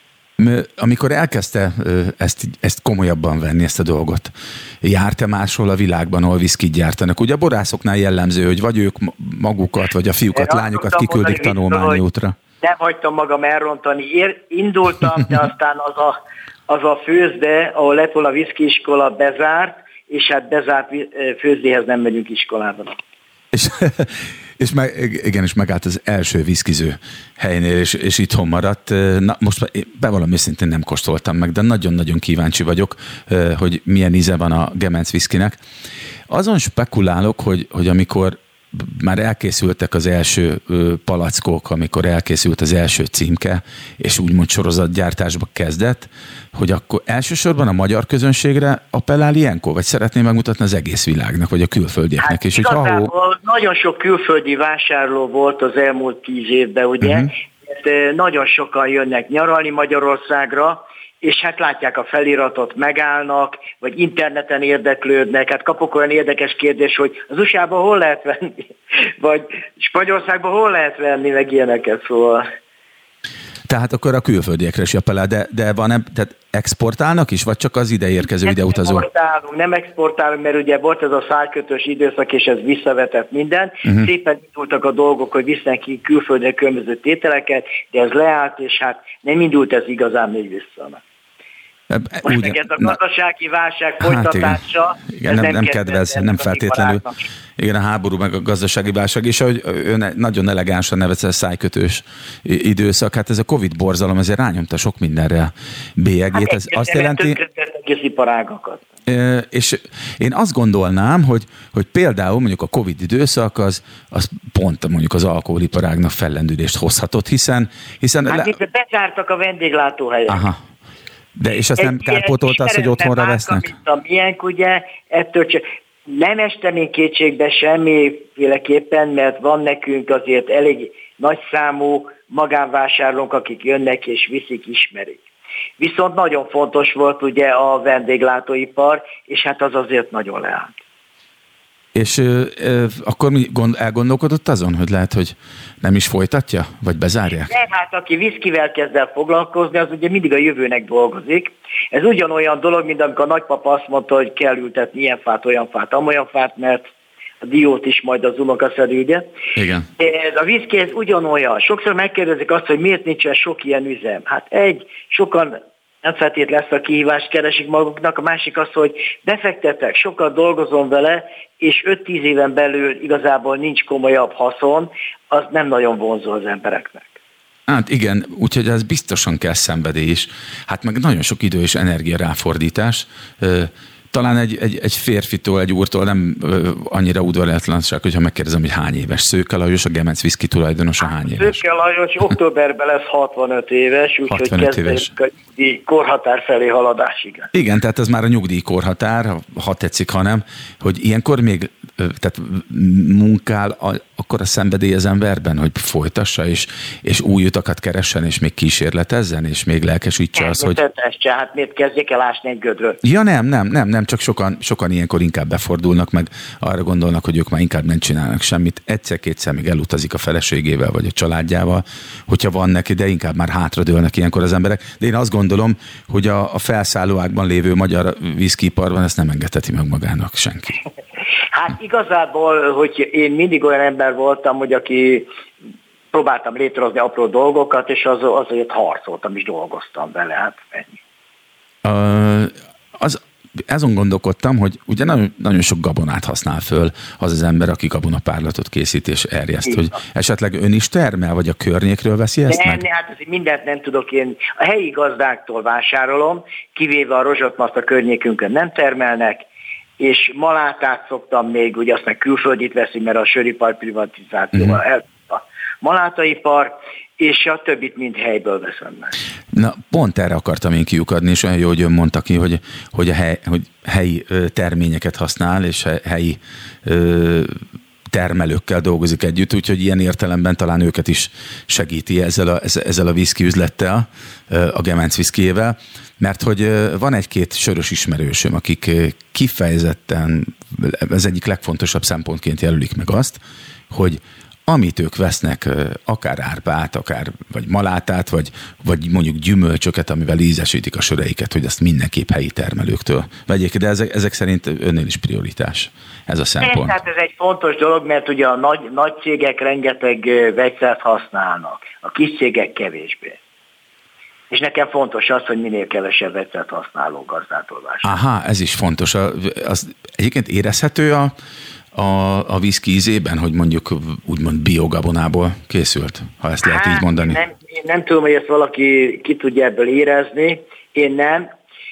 Amikor elkezdte ezt, ezt komolyabban venni, ezt a dolgot, járt-e máshol a világban, ahol viszkit gyártanak? Ugye a borászoknál jellemző, hogy vagy ők magukat, vagy a fiúkat, én lányokat kiküldik tanulmányútra. Nem hagytam magam elrontani. Ér, indultam, de aztán az a, az a főzde, ahol lett volna a viszkiiskola, bezárt, és hát bezárt főzdéhez nem megyünk iskolában. És, és meg, igen, és megállt az első viszkiző helynél, és, és itthon maradt. Na, most bevallom őszintén nem kóstoltam meg, de nagyon-nagyon kíváncsi vagyok, hogy milyen íze van a Gemenc viszkinek. Azon spekulálok, hogy, hogy amikor már elkészültek az első palackok, amikor elkészült az első címke, és úgymond sorozatgyártásba kezdett, hogy akkor elsősorban a magyar közönségre appellál ilyenkor, vagy szeretné megmutatni az egész világnak, vagy a külföldieknek? Hát és igazából hogy, nagyon sok külföldi vásárló volt az elmúlt tíz évben, ugye? Uh-huh. Nagyon sokan jönnek nyaralni Magyarországra, és hát látják a feliratot, megállnak, vagy interneten érdeklődnek. Hát kapok olyan érdekes kérdés, hogy az u es á-ban hol lehet venni, vagy Spanyolországban hol lehet venni, meg ilyeneket, szóval. Tehát akkor a külföldiekre is appellál, de, de van, tehát exportálnak is, vagy csak az ide érkező, ide utazó? Nem exportálunk, nem exportálunk, mert ugye volt ez a szájkötős időszak, és ez visszavetett minden. Uh-huh. Szépen indultak a dolgok, hogy visznek ki külföldre különböző tételeket, de ez leállt, és hát nem indult ez igazán még vissza. Most meg ez a gazdasági válság folytatása, hát igen, igen, nem, nem, nem kedvez, nem feltétlenül. Igen, a háború meg a gazdasági válság, és ahogy ön nagyon elegánsan nevezte a szájkötős időszak, hát ez a Covid borzalom azért rányomta sok mindenre bélyegét. Hát ez azt jelenti... És én azt gondolnám, hogy, hogy például mondjuk a Covid időszak az, az pont mondjuk az alkoholiparágnak fellendülést hozhatott, hiszen... hiszen hát le... bezártak a vendéglátóhelyek. Aha. De és azt nem kárpótolt az, hogy otthonra vesznek? Mint a miénk, ugye, ettől csak nem estem én kétségbe semmiféleképpen, mert van nekünk azért elég nagyszámú magánvásárlónk, akik jönnek és viszik, ismerik. Viszont nagyon fontos volt ugye a vendéglátóipar, és hát az azért nagyon leállt. És ö, ö, akkor mi gond, elgondolkodott azon, hogy lehet, hogy nem is folytatja, vagy bezárják? Nem, hát aki viszkivel kezd el foglalkozni, az ugye mindig a jövőnek dolgozik. Ez ugyanolyan dolog, mint amikor a nagypapa azt mondta, hogy kell ültetni ilyen fát, olyan fát, amolyan fát, mert a diót is majd az unoka szedi, ugye? Igen. Ez a viszki ez ugyanolyan. Sokszor megkérdezik azt, hogy miért nincsen sok ilyen üzem. Hát egy, sokan nem feltétlenül lesz a kihívást keresik maguknak, a másik az, hogy befektetek, sokat dolgozom vele, és öt-tíz éven belül igazából nincs komolyabb haszon, az nem nagyon vonzó az embereknek. Hát igen, úgyhogy ez biztosan kell szenvedély is. Hát meg nagyon sok idő és energia ráfordítás. Talán egy, egy, egy férfitől, egy úrtól nem ö, annyira udvariatlanság, hogyha megkérdezem, hogy hány éves. Szőke Lajos, a Gemenc Whisky tulajdonosa hány éves? Szőke Lajos októberben lesz hatvanöt éves, úgyhogy kezdődik a nyugdíj korhatár felé haladás, igen. Igen, tehát ez már a nyugdíj korhatár, ha tetszik, ha nem, hogy ilyenkor még tehát munkál a, akkor a szenvedély az emberben, hogy folytassa, és, és új utakat keressen, és még kísérletezzen, és még lelkesítse az, hogy... Hát miért kezdjék el ásni egy gödröt? Ja nem, nem, nem, nem, csak sokan, sokan ilyenkor inkább befordulnak, meg arra gondolnak, hogy ők már inkább nem csinálnak semmit. Egyszer-kétszer még elutazik a feleségével, vagy a családjával, hogyha van neki, de inkább már hátradőlnek ilyenkor az emberek. De én azt gondolom, hogy a, a felszállóákban lévő magyar viszkiiparban ezt nem engedheti meg magának senki. Hát igazából, hogy én mindig olyan ember voltam, hogy aki próbáltam létrehozni apró dolgokat, és az, azért harcoltam, és dolgoztam vele, hát ennyi. Uh, az, azon gondolkodtam, hogy ugye nagyon, nagyon sok gabonát használ föl az az ember, aki gabonapárlatot készít és erjeszt, így hogy van. Esetleg ön is termel, vagy a környékről veszi ezt nem, meg? Hát azért mindent nem tudok én. A helyi gazdáktól vásárolom, kivéve a rozsotmaszt a környékünkön nem termelnek, és malátát szoktam még, ugye azt meg külföldit veszi, mert a söripar privatizációval uh-huh. el a malátaipar, és a többit mind helyből veszem meg. Na, pont erre akartam én kiukadni, és olyan jó, hogy ön mondta ki, hogy, hogy, a hely, hogy helyi terményeket használ, és helyi ö, termelőkkel dolgozik együtt, úgyhogy ilyen értelemben talán őket is segíti ezzel a, ezzel a whisky üzlettel, a Gemenc Whiskyjével, mert hogy van egy-két sörös ismerősöm, akik kifejezetten, ez egyik legfontosabb szempontként jelölik meg azt, hogy amit ők vesznek, akár árpát, akár vagy malátát, vagy, vagy mondjuk gyümölcsöket, amivel ízesítik a söreiket, hogy ezt mindenképp helyi termelőktől vegyék. De ezek, ezek szerint önnél is prioritás ez a szempont. Tehát ez egy fontos dolog, mert ugye a nagy, nagy cégek rengeteg vegyszert használnak, a kis cégek kevésbé. És nekem fontos az, hogy minél kevesebb vegyszert használó gazdától vásárolni. Aha, ez is fontos. Az egyébként érezhető a A, a whisky ízében, hogy mondjuk úgymond biogabonából készült, ha ezt lehet hát, így mondani? Nem, én nem tudom, hogy ezt valaki ki tudja ebből érezni, én nem,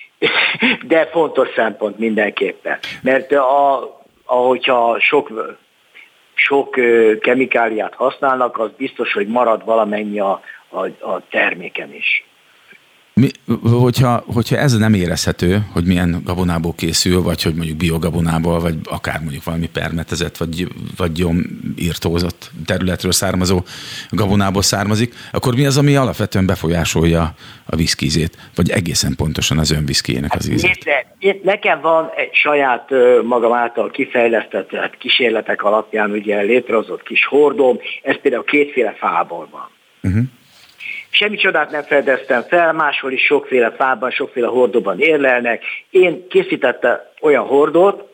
de fontos szempont mindenképpen. Mert a, ahogyha sok, sok kemikáliát használnak, az biztos, hogy marad valamennyi a, a, a terméken is. Mi, hogyha, hogyha ez nem érezhető, hogy milyen gabonából készül, vagy hogy mondjuk biogabonából, vagy akár mondjuk valami permetezett, vagy, vagy gyomírtózott területről származó gabonából származik, akkor mi az, ami alapvetően befolyásolja a viszkízét, vagy egészen pontosan az ön viszkijének az ízét? Hát, nekem van egy saját magam által kifejlesztett kísérletek alapján ugye létrehozott kis hordóm, ez például kétféle fából van. Uh-huh. Semmi csodát nem fedeztem fel, máshol is sokféle fában, sokféle hordóban érlelnek. Én készítettem olyan hordót,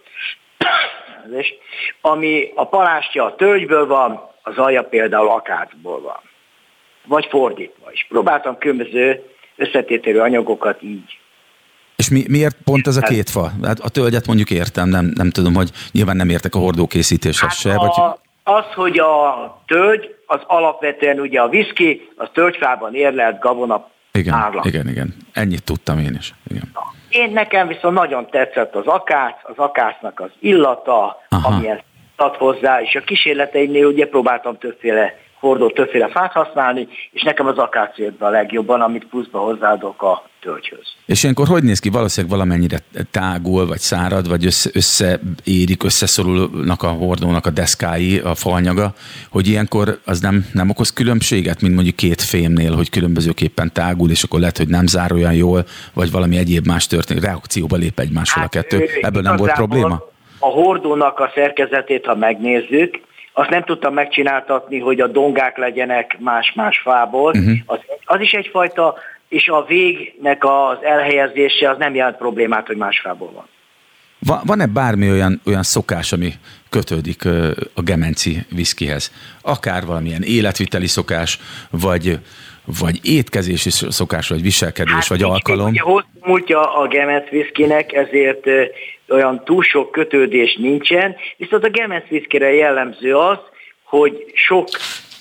ami a palástja a tölgyből van, az alja például akácból van. Vagy fordítva is. Próbáltam különböző összetételű anyagokat így. És mi, miért pont ez a két fa? Hát a tölgyet mondjuk értem, nem, nem tudom, hogy nyilván nem értek a hordókészítéshez hát se. A, Vagy... Az, hogy a tölgy, az alapvetően ugye a whisky, az tölgyfában érlelt gabona igen, árla. Igen, igen. Ennyit tudtam én is. Igen. Én nekem viszont nagyon tetszett az akác, az akácnak az illata, aha, amilyen ad hozzá, és a kísérleteimnél ugye próbáltam többféle hordót, többféle fát használni, és nekem az akác jött be a legjobban, amit pluszba hozzáadok a tölgyhöz. És ilyenkor hogy néz ki? Valószínűleg valamennyire tágul, vagy szárad, vagy össze, összeérik, összeszorulnak a hordónak a deszkái, a faanyaga, hogy ilyenkor az nem, nem okoz különbséget, mint mondjuk két fémnél, hogy különbözőképpen tágul, és akkor lehet, hogy nem zár olyan jól, vagy valami egyéb más történik, reakcióba lép egymással hát, a kettő. Ebből nem volt probléma? A hordónak a szerkezetét, ha megnézzük, azt nem tudtam megcsináltatni, hogy a dongák legyenek más-más fából. Uh-huh. Az, az is egyfajta, és a végnek az elhelyezése az nem jelent problémát, hogy más fából van. Va, van-e bármi olyan, olyan szokás, ami kötődik a gemenci viszkihez? Akár valamilyen életviteli szokás, vagy, vagy étkezési szokás, vagy viselkedés, hát, vagy alkalom? Ugye hosszú múltja a gemenc viszkinek, ezért olyan túl sok kötődés nincsen, viszont a gemenc viszkire jellemző az, hogy sok,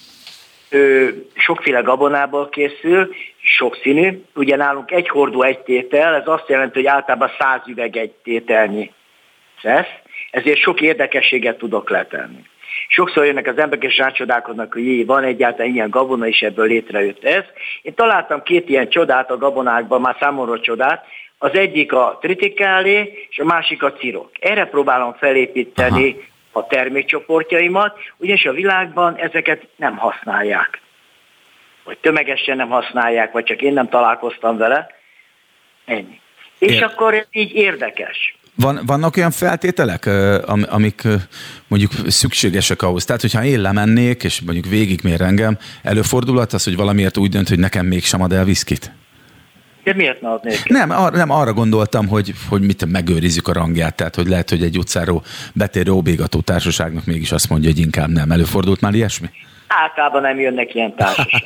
ö, sokféle gabonából készül, sokszínű. Ugye nálunk egy hordó egy tétel, ez azt jelenti, hogy általában száz üveg egy tételnyi szesz, ezért sok érdekességet tudok letenni. Sokszor jönnek az emberek és rácsodálkoznak, hogy jé, van egyáltalán ilyen gabona, és ebből létrejött ez. Én találtam két ilyen csodát a gabonákban, már számomra csodát. Az egyik a tritikálé, és a másik a cirok. Erre próbálom felépíteni aha, a termékcsoportjaimat, ugyanis a világban ezeket nem használják. Vagy tömegesen nem használják, vagy csak én nem találkoztam vele. Ennyi. És é. akkor ez így érdekes. Van, vannak olyan feltételek, amik mondjuk szükségesek ahhoz? Tehát, hogyha én lemennék, és mondjuk végigmér engem, előfordulhat az, hogy valamiért úgy dönt, hogy nekem mégsem ad el viszkit? De miért ne adnék? Nem, ar- nem, arra gondoltam, hogy, hogy mit megőrizzük a rangját, tehát hogy lehet, hogy egy utcáról betérő óbégató társaságnak mégis azt mondja, hogy inkább nem. Előfordult már ilyesmi? Általában nem jönnek ilyen társaság.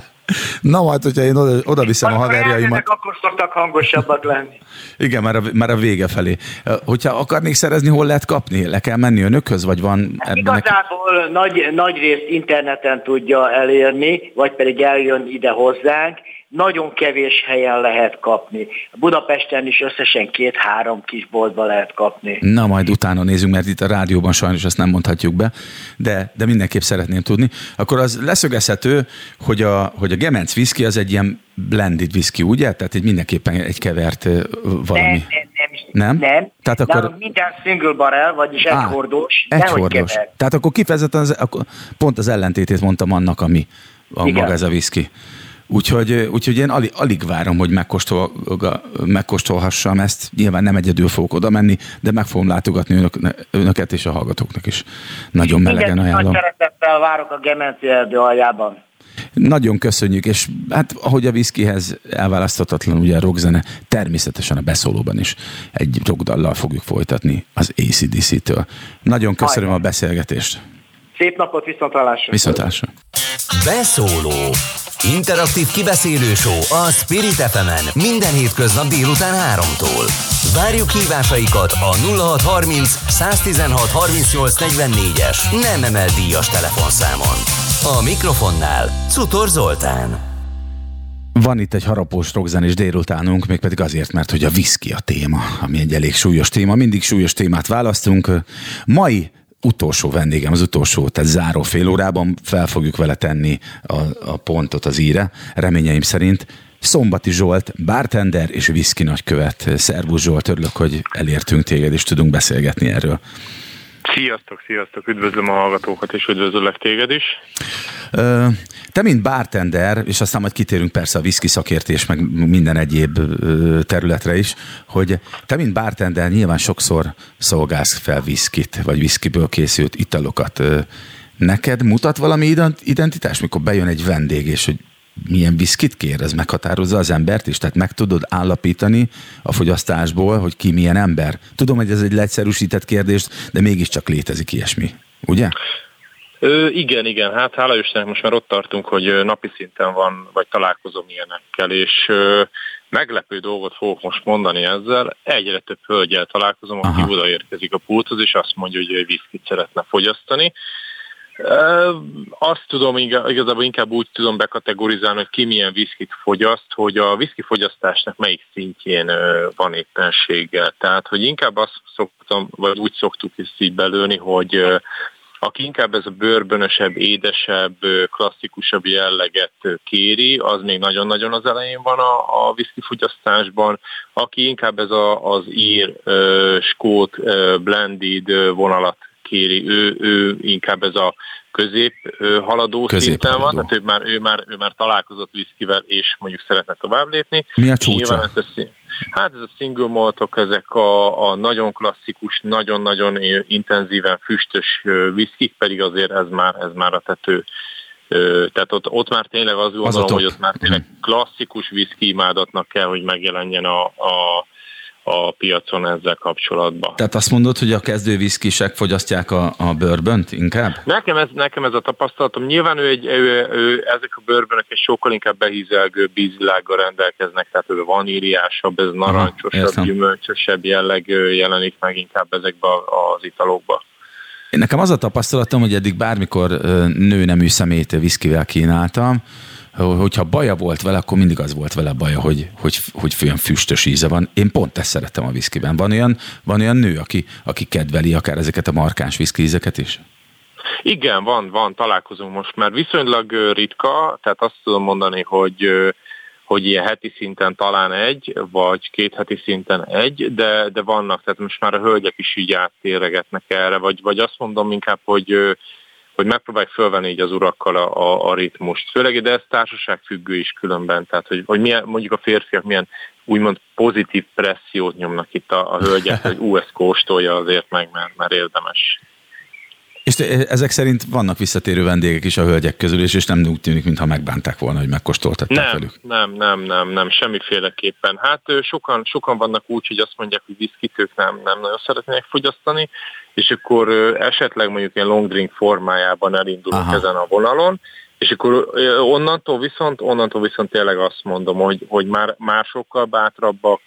Na majd, hogyha én oda, oda viszem a haverjaimat. Akkor szoktak hangosabbak lenni. Igen, már a, már a vége felé. Hogyha akarnék szerezni, hol lehet kapni? Le kell menni önökhöz, vagy van? Hát igazából neki... nagy, nagy részt interneten tudja elérni, vagy pedig eljön ide hozzánk. Nagyon kevés helyen lehet kapni. Budapesten is összesen két-három kis boltban lehet kapni. Na, majd utána nézzünk, mert itt a rádióban sajnos ezt nem mondhatjuk be, de, de mindenképp szeretném tudni. Akkor az leszögezhető, hogy a, hogy a gemenc whisky az egy ilyen blended whisky, ugye? Tehát egy mindenképpen egy kevert valami. Nem, nem, nem. Nem? nem. Tehát akkor... minden single barrel, vagyis egy Á, hordós. Egy hordós. Tehát akkor kifejezetten az, akkor pont az ellentétét mondtam annak, ami a maga ez a whisky. Úgyhogy, úgyhogy én alig, alig várom, hogy megkóstol, megkóstolhassam ezt. Nyilván nem egyedül fogok oda menni, de meg fogom látogatni önök, önöket és a hallgatóknak is. Nagyon melegen ajánlom. Nagy szeretettel várok a gemenci erdő aljában. Nagyon köszönjük, és hát ahogy a whiskyhez elválaszthatatlan ugye a rockzene, természetesen a beszólóban is egy rockdallal fogjuk folytatni az á cé dé cé-től. Nagyon köszönöm Aján. a beszélgetést. Szép napot, viszontlátásra. Viszontlátásra. Beszóló. Interaktív kibeszélő show a Spirit ef emen minden hétköznap délután háromtól. Várjuk hívásaikat a nulla hat harminc száztizenhat harmincnyolc negyvennégyes nem emel díjas telefonszámon. A mikrofonnál Cutor Zoltán. Van itt egy harapós rockzenés délutánunk, mégpedig azért, mert hogy a whisky a téma, ami egy elég súlyos téma. Mindig súlyos témát választunk. Mai utolsó vendégem, az utolsó, tehát záró fél órában fel fogjuk vele tenni a, a pontot az íre, reményeim szerint. Szombati Zsolt, bartender és whisky nagykövet. Szervusz Zsolt, örülök, hogy elértünk téged, és tudunk beszélgetni erről. Sziasztok, sziasztok, üdvözlöm a hallgatókat, és üdvözöllek téged is. Te, mint bartender, és aztán majd kitérünk persze a whisky szakértés, meg minden egyéb területre is, hogy te, mint bartender, nyilván sokszor szolgálsz fel whiskyt, vagy whiskyből készült italokat. Neked mutat valami identitás, mikor bejön egy vendég, és hogy milyen viszkit kér, ez meghatározza az embert is? Tehát meg tudod állapítani a fogyasztásból, hogy ki milyen ember? Tudom, hogy ez egy leegyszerűsített kérdés, de mégiscsak létezik ilyesmi, ugye? Ö, igen, igen, hát hála Istennek most már ott tartunk, hogy napi szinten van, vagy találkozom ilyenekkel, és ö, meglepő dolgot fogok most mondani ezzel. Egyre több hölgyel találkozom, aki Aha. odaérkezik a pulthoz, és azt mondja, hogy ő viszkit szeretne fogyasztani. Ö, azt tudom, igazából inkább úgy tudom bekategorizálni, hogy ki milyen viszkit fogyaszt, hogy a viszki fogyasztásnak melyik szintjén ö, van éppenséggel. Tehát, hogy inkább azt szoktam, vagy úgy szoktuk ezt így belőni, hogy ö, aki inkább ez a bőrbönösebb, édesebb, klasszikusabb jelleget kéri, az még nagyon-nagyon az elején van a, a viszkifogyasztásban. Aki inkább ez a, az ír, uh, skót, uh, blended uh, vonalat kéri, ő, ő inkább ez a közép uh, haladó közép szinten haladó. van, tehát ő már, ő, már, ő már találkozott viszkivel, és mondjuk szeretne tovább lépni. Mi a csúcsa? Ez a, hát ez a single maltok, ezek a, a nagyon klasszikus, nagyon-nagyon intenzíven füstös viszkik, pedig azért ez már, ez már a tető. Tehát ott, ott már tényleg azt gondolom, az hogy ott már tényleg klasszikus viszki imádatnak kell, hogy megjelenjen a, a a piacon ezzel kapcsolatban. Tehát azt mondod, hogy a kezdő viszkisek fogyasztják a, a bourbont inkább? Nekem ez, nekem ez a tapasztalatom. Nyilván ő egy, ő, ő, ezek a bourbonok egy sokkal inkább behízelgő bízvilággal rendelkeznek, tehát ő vaníliásabb, ez narancsosabb, Aha, gyümölcsösebb jelleg jelenik meg inkább ezekben az italokban. Én nekem az a tapasztalatom, hogy eddig bármikor nőnemű szemét viszkivel kínáltam, hogyha baja volt vele, akkor mindig az volt vele baja, hogy, hogy, hogy olyan füstös íze van. Én pont ezt szerettem a viszkiben. Van olyan, van olyan nő, aki, aki kedveli akár ezeket a markáns viszki ízeket is? Igen, van, van, találkozunk most már. Viszonylag ritka, tehát azt tudom mondani, hogy, hogy ilyen heti szinten talán egy, vagy két heti szinten egy, de, de vannak, tehát most már a hölgyek is így áttéregetnek erre, vagy, vagy azt mondom inkább, hogy hogy megpróbálj fölvenni így az urakkal a, a, a ritmust. Főleg, de ez társaságfüggő is különben, tehát hogy, hogy milyen, mondjuk a férfiak milyen úgymond pozitív pressziót nyomnak itt a, a hölgyek, hogy ú, ezt kóstolja azért meg, mert, mert érdemes. És te, ezek szerint vannak visszatérő vendégek is a hölgyek közül, és, és nem úgy tűnik, mintha megbánták volna, hogy megkóstoltatták nem, velük. Nem, nem, nem, nem, semmiféleképpen. Hát sokan, sokan vannak úgy, hogy azt mondják, hogy viszkit ők nem, nem nagyon szeretnének fogyasztani, és akkor esetleg mondjuk ilyen long drink formájában elindulunk Aha. ezen a vonalon, és akkor onnantól viszont, onnantól viszont tényleg azt mondom, hogy, hogy már, már sokkal bátrabbak,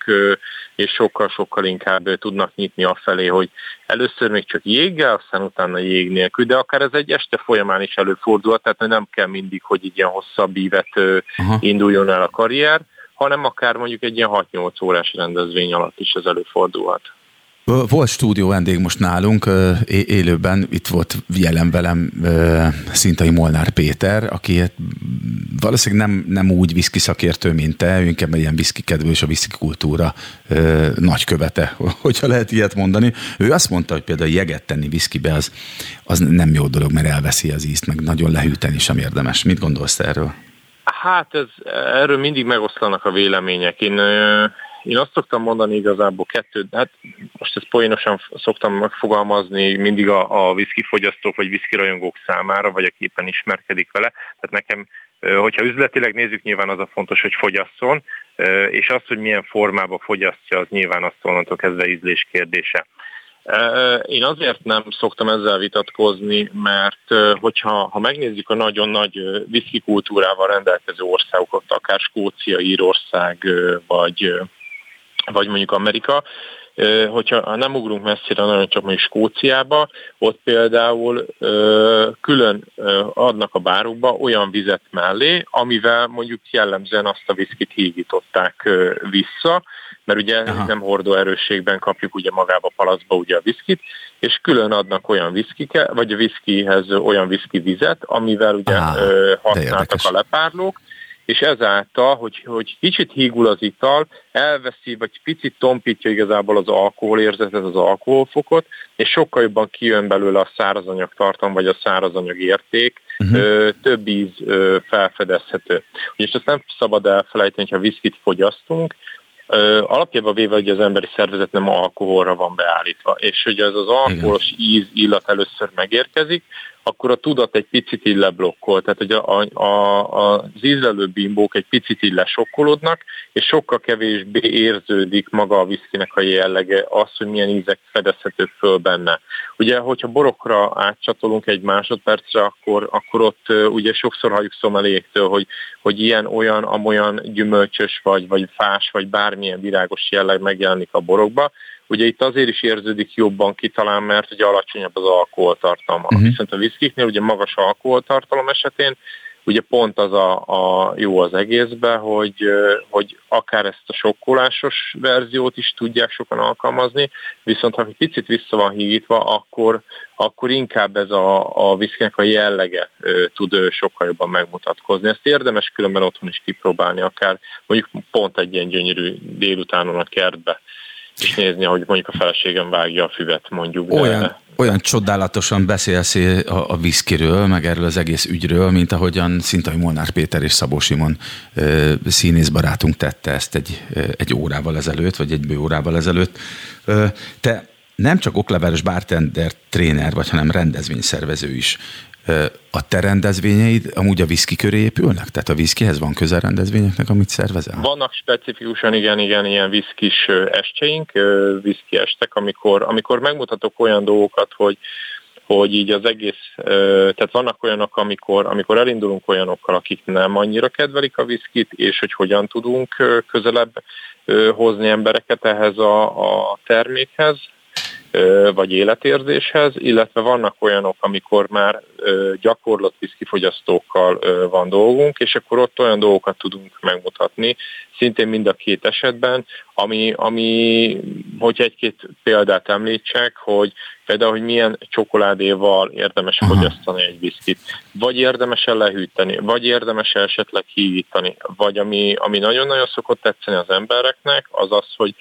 és sokkal-sokkal inkább tudnak nyitni afelé, hogy először még csak jéggel, aztán utána jég nélkül, de akár ez egy este folyamán is előfordulhat, tehát nem kell mindig, hogy így ilyen hosszabb ívet Aha. induljon el a karrier, hanem akár mondjuk egy ilyen hat-nyolc órás rendezvény alatt is ez előfordulhat. Volt stúdió vendég most nálunk, élőben itt volt jelen velem Szintai Molnár Péter, aki valószínűleg nem, nem úgy viszki szakértő, mint te, ő inkább ilyen viszki kedvő és a viszki kultúra nagykövete, hogyha lehet ilyet mondani. Ő azt mondta, hogy például jeget tenni viszkibe az, az nem jó dolog, mert elveszi az ízt, meg nagyon lehűteni sem érdemes. Mit gondolsz erről? Hát ez, erről mindig megoszlanak a vélemények. Én... Én azt szoktam mondani igazából kettőt, hát most ezt poénosan szoktam megfogalmazni mindig a, a viszkifogyasztók vagy viszkirajongók számára, vagy aki éppen ismerkedik vele. Tehát nekem, hogyha üzletileg nézzük, nyilván az a fontos, hogy fogyasszon, és az, hogy milyen formában fogyasztja, az nyilván azt onnantól kezdve ízlés kérdése. Én azért nem szoktam ezzel vitatkozni, mert hogyha ha megnézzük a nagyon nagy viszki kultúrával rendelkező országokat, akár Skócia, Írország, vagy vagy mondjuk Amerika, hogyha nem ugrunk messzire, nagyon csak mondjuk Skóciába, ott például külön adnak a bárokba olyan vizet mellé, amivel mondjuk jellemzően azt a viszkit hígították vissza, mert ugye Aha. nem hordó erősségben kapjuk ugye magába a palacba ugye a viszkit, és külön adnak olyan viszkike, vagy a viszkihez olyan viszki vizet, amivel ugye Aha, használtak a lepárlók, és ezáltal, hogy, hogy kicsit hígul az ital, elveszi, vagy picit tompítja igazából az alkoholérzetet, az alkoholfokot, és sokkal jobban kijön belőle a szárazanyag tartalom, vagy a szárazanyag érték, uh-huh. több íz felfedezhető. És ezt nem szabad elfelejteni, hogyha viszkit fogyasztunk, alapjában véve, hogy az emberi szervezet nem alkoholra van beállítva, és hogy ez az alkoholos íz, illat először megérkezik, akkor a tudat egy picit így leblokkol, tehát hogy a, a, a, az ízlelő bimbók egy picit így lesokkolódnak, és sokkal kevésbé érződik maga a viszkinek a jellege, az, hogy milyen ízek fedezhetők föl benne. Ugye, hogyha borokra átcsatolunk egy másodpercre, akkor, akkor ott ugye sokszor halljuk szomeliéktől, hogy, hogy ilyen, olyan, amolyan gyümölcsös, vagy, vagy fás, vagy bármilyen virágos jelleg megjelenik a borokba. Ugye itt azért is érződik jobban ki talán, mert ugye alacsonyabb az alkoholtartalma. Uh-huh. Viszont a viszkiknél ugye magas alkoholtartalom esetén ugye pont az a, a jó az egészben, hogy, hogy akár ezt a sokkolásos verziót is tudják sokan alkalmazni, viszont ha egy picit vissza van hígítva, akkor, akkor inkább ez a, a viszkinek a jellege tud sokkal jobban megmutatkozni. Ezt érdemes különben otthon is kipróbálni, akár mondjuk pont egy ilyen gyönyörű délutánon a kertbe, és nézni, hogy mondjuk a feleségem vágja a füvet, mondjuk. De... Olyan, olyan csodálatosan beszélsz a, a viszkiről, meg erről az egész ügyről, mint ahogyan Szintai Molnár Péter és Szabó Simon ö, színész barátunk tette ezt egy, egy órával ezelőtt, vagy egy bő órával ezelőtt. Ö, te nem csak okleveles bartender, tréner vagy, hanem rendezvényszervező is. A te rendezvényeid amúgy a viszki köré épülnek? Tehát a viszkihez van közel rendezvényeknek, amit szervezel? Vannak specifikusan, igen, igen, ilyen viszkis estjeink, viszki estek, amikor, amikor megmutatok olyan dolgokat, hogy, hogy így az egész, tehát vannak olyanok, amikor, amikor elindulunk olyanokkal, akik nem annyira kedvelik a viszkit, és hogy hogyan tudunk közelebb hozni embereket ehhez a, a termékhez, vagy életérzéshez, illetve vannak olyanok, amikor már gyakorlott viszkifogyasztókkal van dolgunk, és akkor ott olyan dolgokat tudunk megmutatni, szintén mind a két esetben, ami, ami hogyha egy-két példát említsek, hogy például, hogy milyen csokoládéval érdemes Aha. fogyasztani egy viszkit, vagy érdemes lehűteni, vagy érdemes esetleg hígítani, vagy ami, ami nagyon-nagyon szokott tetszeni az embereknek, az az, hogy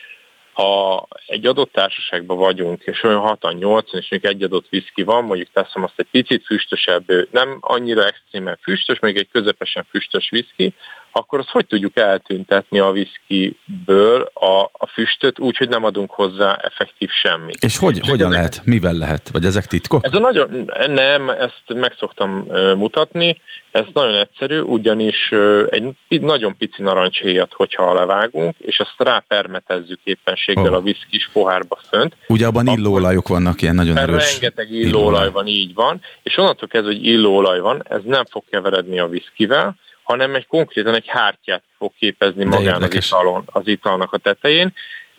ha egy adott társaságban vagyunk, és olyan hatan, nyolcan, és még egy adott viszki van, mondjuk teszem azt egy picit füstösebb, nem annyira extrémen füstös, még egy közepesen füstös viszki, akkor azt hogy tudjuk eltüntetni a viszkiből a, a füstöt, úgyhogy nem adunk hozzá effektív semmit. És hogy, hogyan lehet? Mivel lehet? Vagy ezek titkok? Ez a nagyon, nem, ezt meg szoktam mutatni, ez nagyon egyszerű, ugyanis egy nagyon pici narancshéjat, hogyha levágunk, és azt rápermetezzük éppenséggel oh. a viszkis pohárba fönt. Ugye abban illóolajok vannak, ilyen nagyon erős. Rengeteg illóolaj van, így van, és onnantól kezdve, hogy illóolaj van, ez nem fog keveredni a viszkivel, hanem egy konkrétan egy hártyát fog képezni magán az, italon, az italnak a tetején.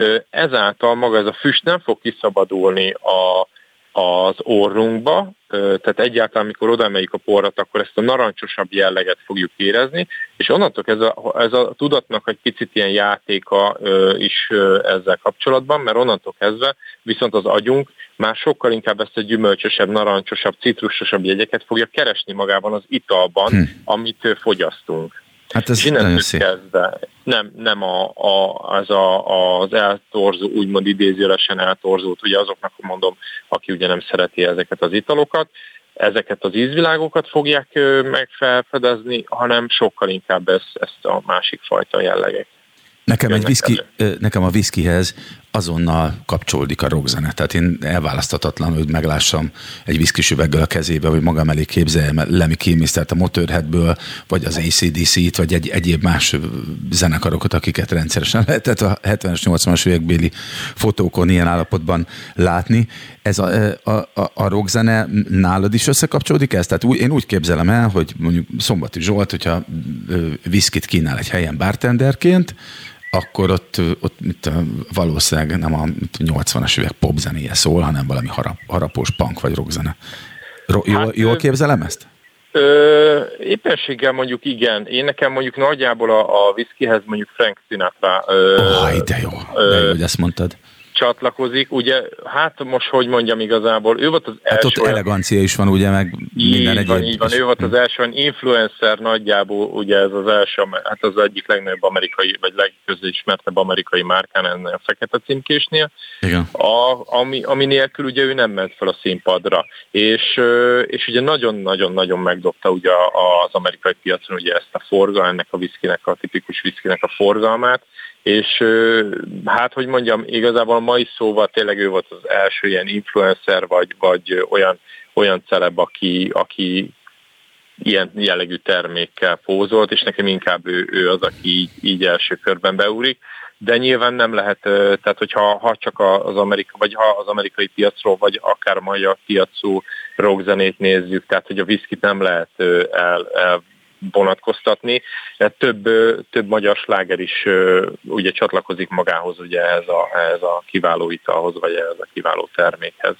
Ezáltal maga ez a füst nem fog kiszabadulni a, az orrunkba, tehát egyáltalán, amikor odaemeljük a porrat, akkor ezt a narancsosabb jelleget fogjuk érezni, és onnantól ez a, ez a tudatnak egy picit ilyen játéka is ezzel kapcsolatban, mert onnantól kezdve viszont az agyunk már sokkal inkább ezt a gyümölcsösebb, narancsosabb, citrusosabb jegyeket fogja keresni magában az italban, hm. amit fogyasztunk. Hát ez nagyon szép. Kezdve, nem, nem a, a, az, a, az eltorzó, úgymond idézőjelesen eltorzót, ugye azoknak mondom, aki ugye nem szereti ezeket az italokat, ezeket az ízvilágokat fogják meg felfedezni, hanem sokkal inkább ezt, ezt a másik fajta jellegek. Nekem, egy viszki, nekem a viszkihez azonnal kapcsolódik a rockzene. Tehát én elválaszthatatlan, hogy meglássam egy viszkis üveggel a kezébe, vagy magam elé képzeljem Lemmy Kilmister-t a Motorheadből, vagy az á cé dé cét, vagy egy, egyéb más zenekarokat, akiket rendszeresen lehetett a hetvenes, nyolcvanas évekbéli fotókon ilyen állapotban látni. Ez a, a, a, a rockzene nálad is összekapcsolódik ez? Tehát úgy, én úgy képzelem el, hogy mondjuk Szombati Zsolt, hogyha viszkit kínál egy helyen bartenderként, akkor ott, ott mit, valószínűleg nem a nyolcvanas évek popzenéje szól, hanem valami harap, harapós punk vagy rockzene. Ro- jól, hát, jól képzelem ezt? Ö, éppenséggel mondjuk igen. Én nekem mondjuk nagyjából a, a viszkihez mondjuk Frank Sinatra ö, oh, de jó, de jó, hogy ezt mondtad. Csatlakozik, ugye, hát most hogy mondjam igazából, ő volt az első... Hát ott olyan, elegancia is van, ugye, meg minden egyéb. Van, így van, ő volt az első influencer nagyjából, ugye ez az első, hát az egyik legnagyobb amerikai, vagy legközismertebb amerikai márkán ennél a fekete címkésnél, igen. A, ami, ami nélkül ugye ő nem ment fel a színpadra, és, és ugye nagyon-nagyon-nagyon megdobta ugye az amerikai piacon ugye ezt a forgalmat, ennek a viszkinek, a tipikus viszkinek a forgalmát, és hát, hogy mondjam, igazából a mai szóval tényleg ő volt az első ilyen influencer, vagy, vagy olyan, olyan celeb, aki, aki ilyen jellegű termékkel pózolt, és nekem inkább ő, ő az, aki így, így első körben beúrik. De nyilván nem lehet, tehát hogyha ha csak az Amerika, vagy ha az amerikai piacról, vagy akár a magyar piacú rockzenét nézzük, tehát hogy a viszkit nem lehet el, elvonatkoztatni. Tehát több, több magyar sláger is ugye csatlakozik magához ugye ehhez a, ehhez a kiváló italhoz, vagy ehhez a kiváló termékhez.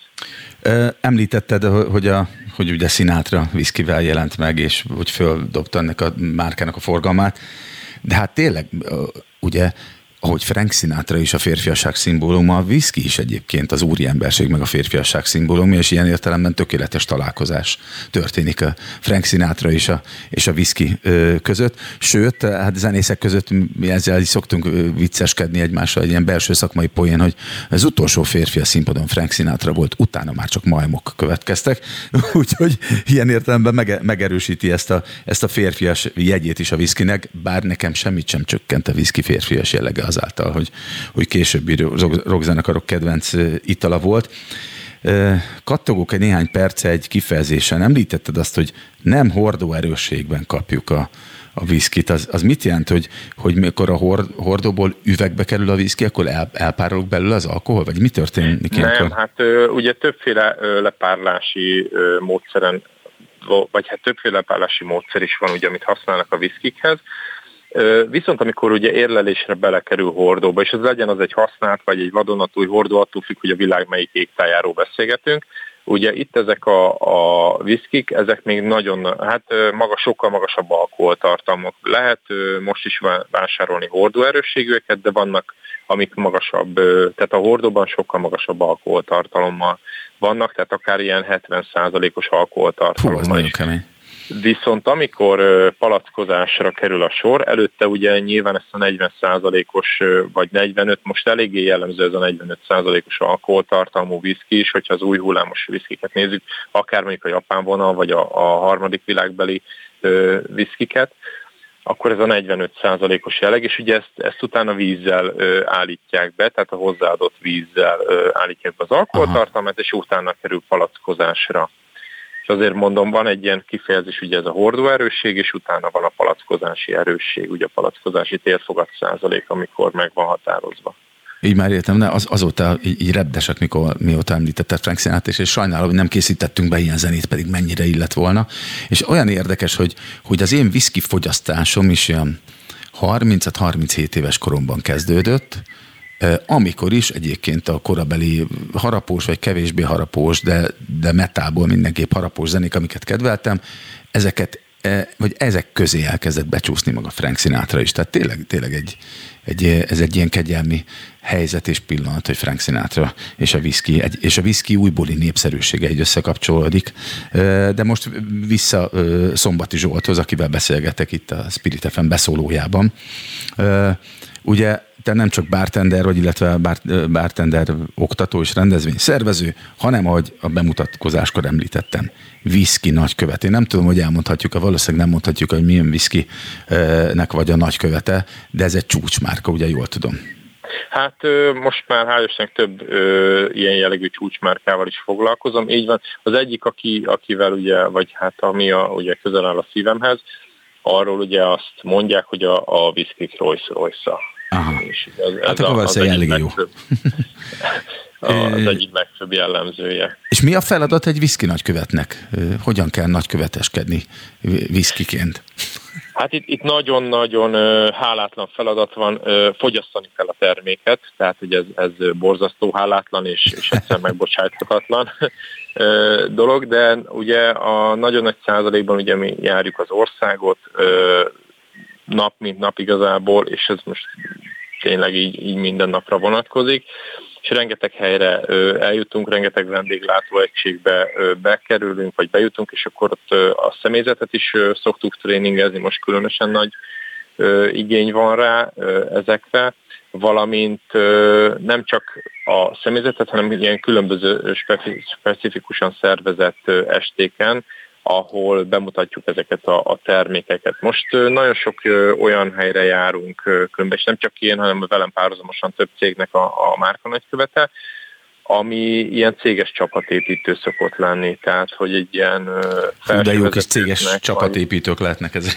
Említetted, hogy, a, hogy ugye Sinatra viszkivel jelent meg, és hogy földobta ennek a márkának a forgalmát, de hát tényleg ugye ahogy Frank Sinatra is a férfiasság szimbóluma, a whisky is egyébként az úriemberség meg a férfiasság szimbóluma, és ilyen értelemben tökéletes találkozás történik a Frank Sinatra és a, és a whisky között. Sőt, hát zenészek között mi ezzel is szoktunk vicceskedni egymással, egy ilyen belső szakmai poén, hogy az utolsó férfi a színpadon Frank Sinatra volt, utána már csak majmok következtek, úgyhogy ilyen értelemben mege, megerősíti ezt a, ezt a férfias jegyét is a whiskynek, bár nekem semmit sem csökkent a whisky férfias jellege azáltal, hogy, hogy későbbi rockzenekarok kedvenc itala volt. Kattogok egy néhány perce egy kifejezésen. Említetted azt, hogy nem hordóerősségben kapjuk a, a viszkit. Az, az mit jelent, hogy, hogy mikor a hord, hordóból üvegbe kerül a viszki, akkor el, elpárolog belőle az alkohol? Vagy mi történik ilyenkor? Nem, hát ugye többféle lepárlási módszeren, vagy hát többféle lepárlási módszer is van, ugye, amit használnak a viszkikhez. Viszont amikor ugye érlelésre belekerül hordóba, és ez legyen az egy használt, vagy egy vadonatúj hordó, attól függ, hogy a világ melyik égtájáról beszélgetünk. Ugye itt ezek a, a viszkik, ezek még nagyon, hát maga, sokkal magasabb alkoholtartalmak. Lehet most is vásárolni hordóerősségűeket, de vannak, amik magasabb, tehát a hordóban sokkal magasabb alkoholtartalommal vannak, tehát akár ilyen hetven százalékos alkoholtartalommal. Hú, az nagyon kemény. Viszont amikor palackozásra kerül a sor, előtte ugye nyilván ezt a negyven százalékos vagy negyvenöt, most eléggé jellemző ez a negyvenöt százalékos alkoholtartalmú viszki is, hogyha az új hullámos viszkiket nézzük, akár mondjuk a japán vonal, vagy a, a harmadik világbeli ö, viszkiket, akkor ez a negyvenöt százalékos jelleg, és ugye ezt, ezt utána vízzel ö, állítják be, tehát a hozzáadott vízzel ö, állítják be az alkoholtartalmat, és utána kerül palackozásra. És azért mondom, van egy ilyen kifejezés, ugye ez a hordóerősség, és utána van a palackozási erősség, ugye a palackozási térfogat százalék, amikor meg van határozva. Így már értem, de az, azóta így, így reddesek, mikor mióta említetted Frank Sinatra, és sajnálom, hogy nem készítettünk be ilyen zenét, pedig mennyire illett volna. És olyan érdekes, hogy, hogy az én whisky fogyasztásom is ilyen harminc-harminchét éves koromban kezdődött, amikor is egyébként a korabeli harapós, vagy kevésbé harapós, de, de metálból mindenképp harapós zenék, amiket kedveltem, ezeket, vagy ezek közé elkezdett becsúszni maga Frank Sinatra is. Tehát tényleg, tényleg egy, egy, ez egy ilyen kegyelmi helyzet és pillanat, hogy Frank Sinatra és a whisky, egy, és a whisky újbóli népszerűsége egy összekapcsolódik. De most vissza Szombati Zsolthoz, akivel beszélgetek itt a Spirit ef em beszólójában. Ugye te nem csak bartender vagy, illetve bartender oktató és rendezvény szervező, hanem, ahogy a bemutatkozáskor említettem, whisky nagykövet. Én nem tudom, hogy elmondhatjuk, valószínűleg nem mondhatjuk, hogy milyen whiskynek vagy a nagykövete, de ez egy csúcsmárka, ugye jól tudom. Hát most már hál' Istennek több ilyen jellegű csúcsmárkával is foglalkozom. Így van, az egyik, aki, akivel ugye, vagy hát ami a, ugye közel áll a szívemhez, arról ugye azt mondják, hogy a, a whisky Rolls-Royce-a. Aha. És ez, ez hát akkor valószínűleg elég jó. Az egyik legfőbb jellemzője. És mi a feladat egy whisky nagykövetnek? Hogyan kell nagyköveteskedni whiskyként? Hát itt, itt nagyon-nagyon hálátlan feladat van, fogyasztani kell a terméket, tehát hogy ez, ez borzasztó hálátlan és, és egyszer megbocsájthatatlan dolog, de ugye a nagyon nagy százalékban ugye mi járjuk az országot, nap mint nap igazából, és ez most tényleg így, így minden napra vonatkozik, és rengeteg helyre eljutunk, rengeteg vendéglátóegységbe bekerülünk, vagy bejutunk, és akkor ott a személyzetet is szoktuk tréningezni, most különösen nagy igény van rá ezekre, valamint nem csak a személyzetet, hanem ilyen különböző specifikusan szervezett estéken, ahol bemutatjuk ezeket a, a termékeket. Most nagyon sok olyan helyre járunk különben, és nem csak ilyen, hanem velem párhuzamosan több cégnek a, a márka nagykövete, ami ilyen céges csapatépítő szokott lenni, tehát hogy egy ilyen Hú, de jó kis céges csapatépítők lehetnek ezek.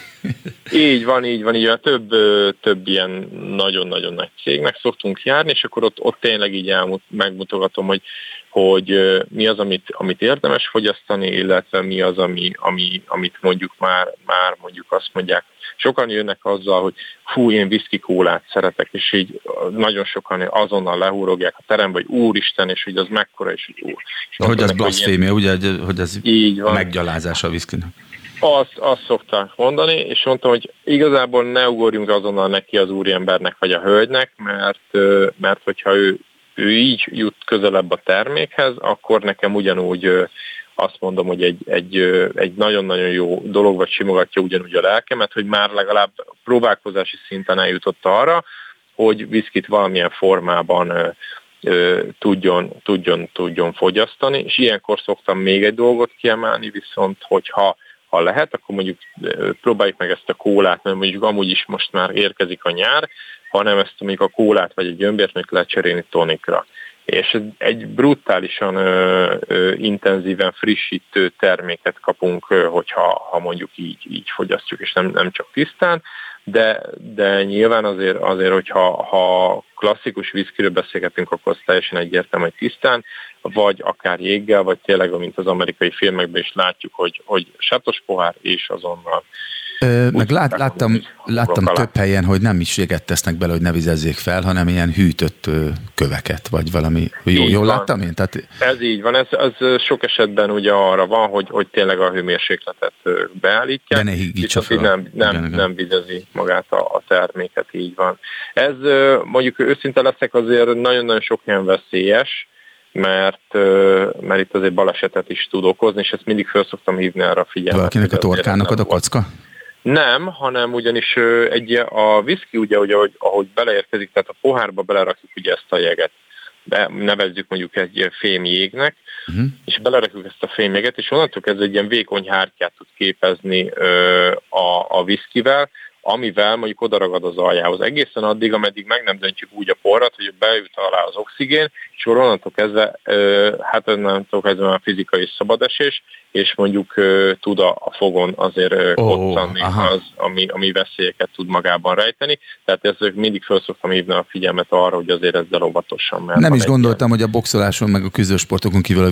Így van, így van, így van. Több, több ilyen nagyon-nagyon nagy cégnek szoktunk járni, és akkor ott, ott tényleg így elmut, megmutogatom, hogy, hogy mi az, amit, amit érdemes fogyasztani, illetve mi az, ami, ami, amit mondjuk már, már mondjuk azt mondják. Sokan jönnek azzal, hogy fú, én whisky kólát szeretek, és így nagyon sokan azonnal lehúrogják a terembe, hogy úristen, és hogy az mekkora, és hogy úr. És hogy az blaszfémia, ugye, hogy ez meggyalázás a whiskynek. Azt, azt szokták mondani, és mondtam, hogy igazából ne ugorjunk azonnal neki az úriembernek vagy a hölgynek, mert, mert hogyha ő, ő így jut közelebb a termékhez, akkor nekem ugyanúgy azt mondom, hogy egy, egy, egy nagyon-nagyon jó dolog, vagy simogatja ugyanúgy a lelkemet, hogy már legalább próbálkozási szinten eljutott arra, hogy viszkit valamilyen formában ö, ö, tudjon, tudjon, tudjon fogyasztani, és ilyenkor szoktam még egy dolgot kiemelni, viszont hogyha ha lehet, akkor mondjuk próbáljuk meg ezt a kólát, mert mondjuk amúgy is most már érkezik a nyár, hanem ezt mondjuk a kólát vagy egy gyömbért meg lehet cserélni tonikra. És egy brutálisan ö, ö, intenzíven frissítő terméket kapunk, ö, hogyha ha mondjuk így, így fogyasztjuk, és nem, nem csak tisztán, de, de nyilván azért, azért hogyha ha klasszikus viszkiről beszélgetünk, akkor az teljesen egyértelmű, hogy tisztán, vagy akár jéggel, vagy tényleg, mint az amerikai filmekben is látjuk, hogy, hogy sátos pohár, és azonnal. Ö, meg lát, láttam, láttam több helyen, hogy nem is jéget tesznek bele, hogy ne vizezzék fel, hanem ilyen hűtött köveket, vagy valami. Jó, jól láttam én? Tehát... Ez így van, ez, ez sok esetben ugye arra van, hogy, hogy tényleg a hőmérsékletet beállítják, de ne higítsa fel. Nem, nem, igen, nem vizezi magát a, a terméket, így van. Ez mondjuk őszinte leszek, azért nagyon-nagyon sok helyen veszélyes, mert, mert itt azért balesetet is tud okozni, és ezt mindig fel szoktam hívni erre a figyelmet. Valakinek a torkának ad a kocka? Nem, hanem ugyanis egy, a whisky, ugye, ahogy, ahogy beleérkezik, tehát a pohárba belerakjuk ugye ezt a jeget. Be, nevezzük mondjuk egy fémjégnek, uh-huh. és belerakjuk ezt a fémjeget, és onnantól kezdve egy ilyen vékony hártyát tud képezni ö, a, a whiskyvel, amivel mondjuk odaragad az aljához. Egészen addig, ameddig meg nem döntjük úgy a porrat, hogy bejut alá az oxigén, és onnantól kezdve, hát onnantól kezdve már fizikai és szabadesés, és mondjuk tud a, a fogon azért koccanni, oh, az, ami, ami veszélyeket tud magában rejteni. Tehát ezzel mindig fel szoktam hívni a figyelmet arra, hogy azért ezzel óvatosan. Mert nem is gondoltam, ilyen... hogy a boxoláson meg a küzdősportokon kívül a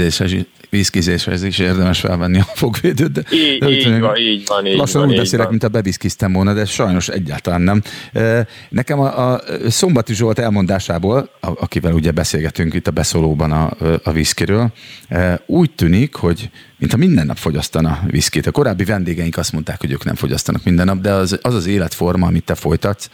viszkizéshez is érdemes felvenni a fogvédőt. De így, de, így, van, így van, így lassan van. úgy beszélek, mint a beviszkiztem volna, de sajnos egyáltalán nem. Nekem a, a Szombati Zsolt elmondásából, akivel ugye beszélgetünk itt a beszólóban a, a viszkiről, úgy tűnik, hogy mintha minden nap fogyasztana viszkit. A korábbi vendégeink azt mondták, hogy ők nem fogyasztanak minden nap, de az az, az életforma, amit te folytatsz,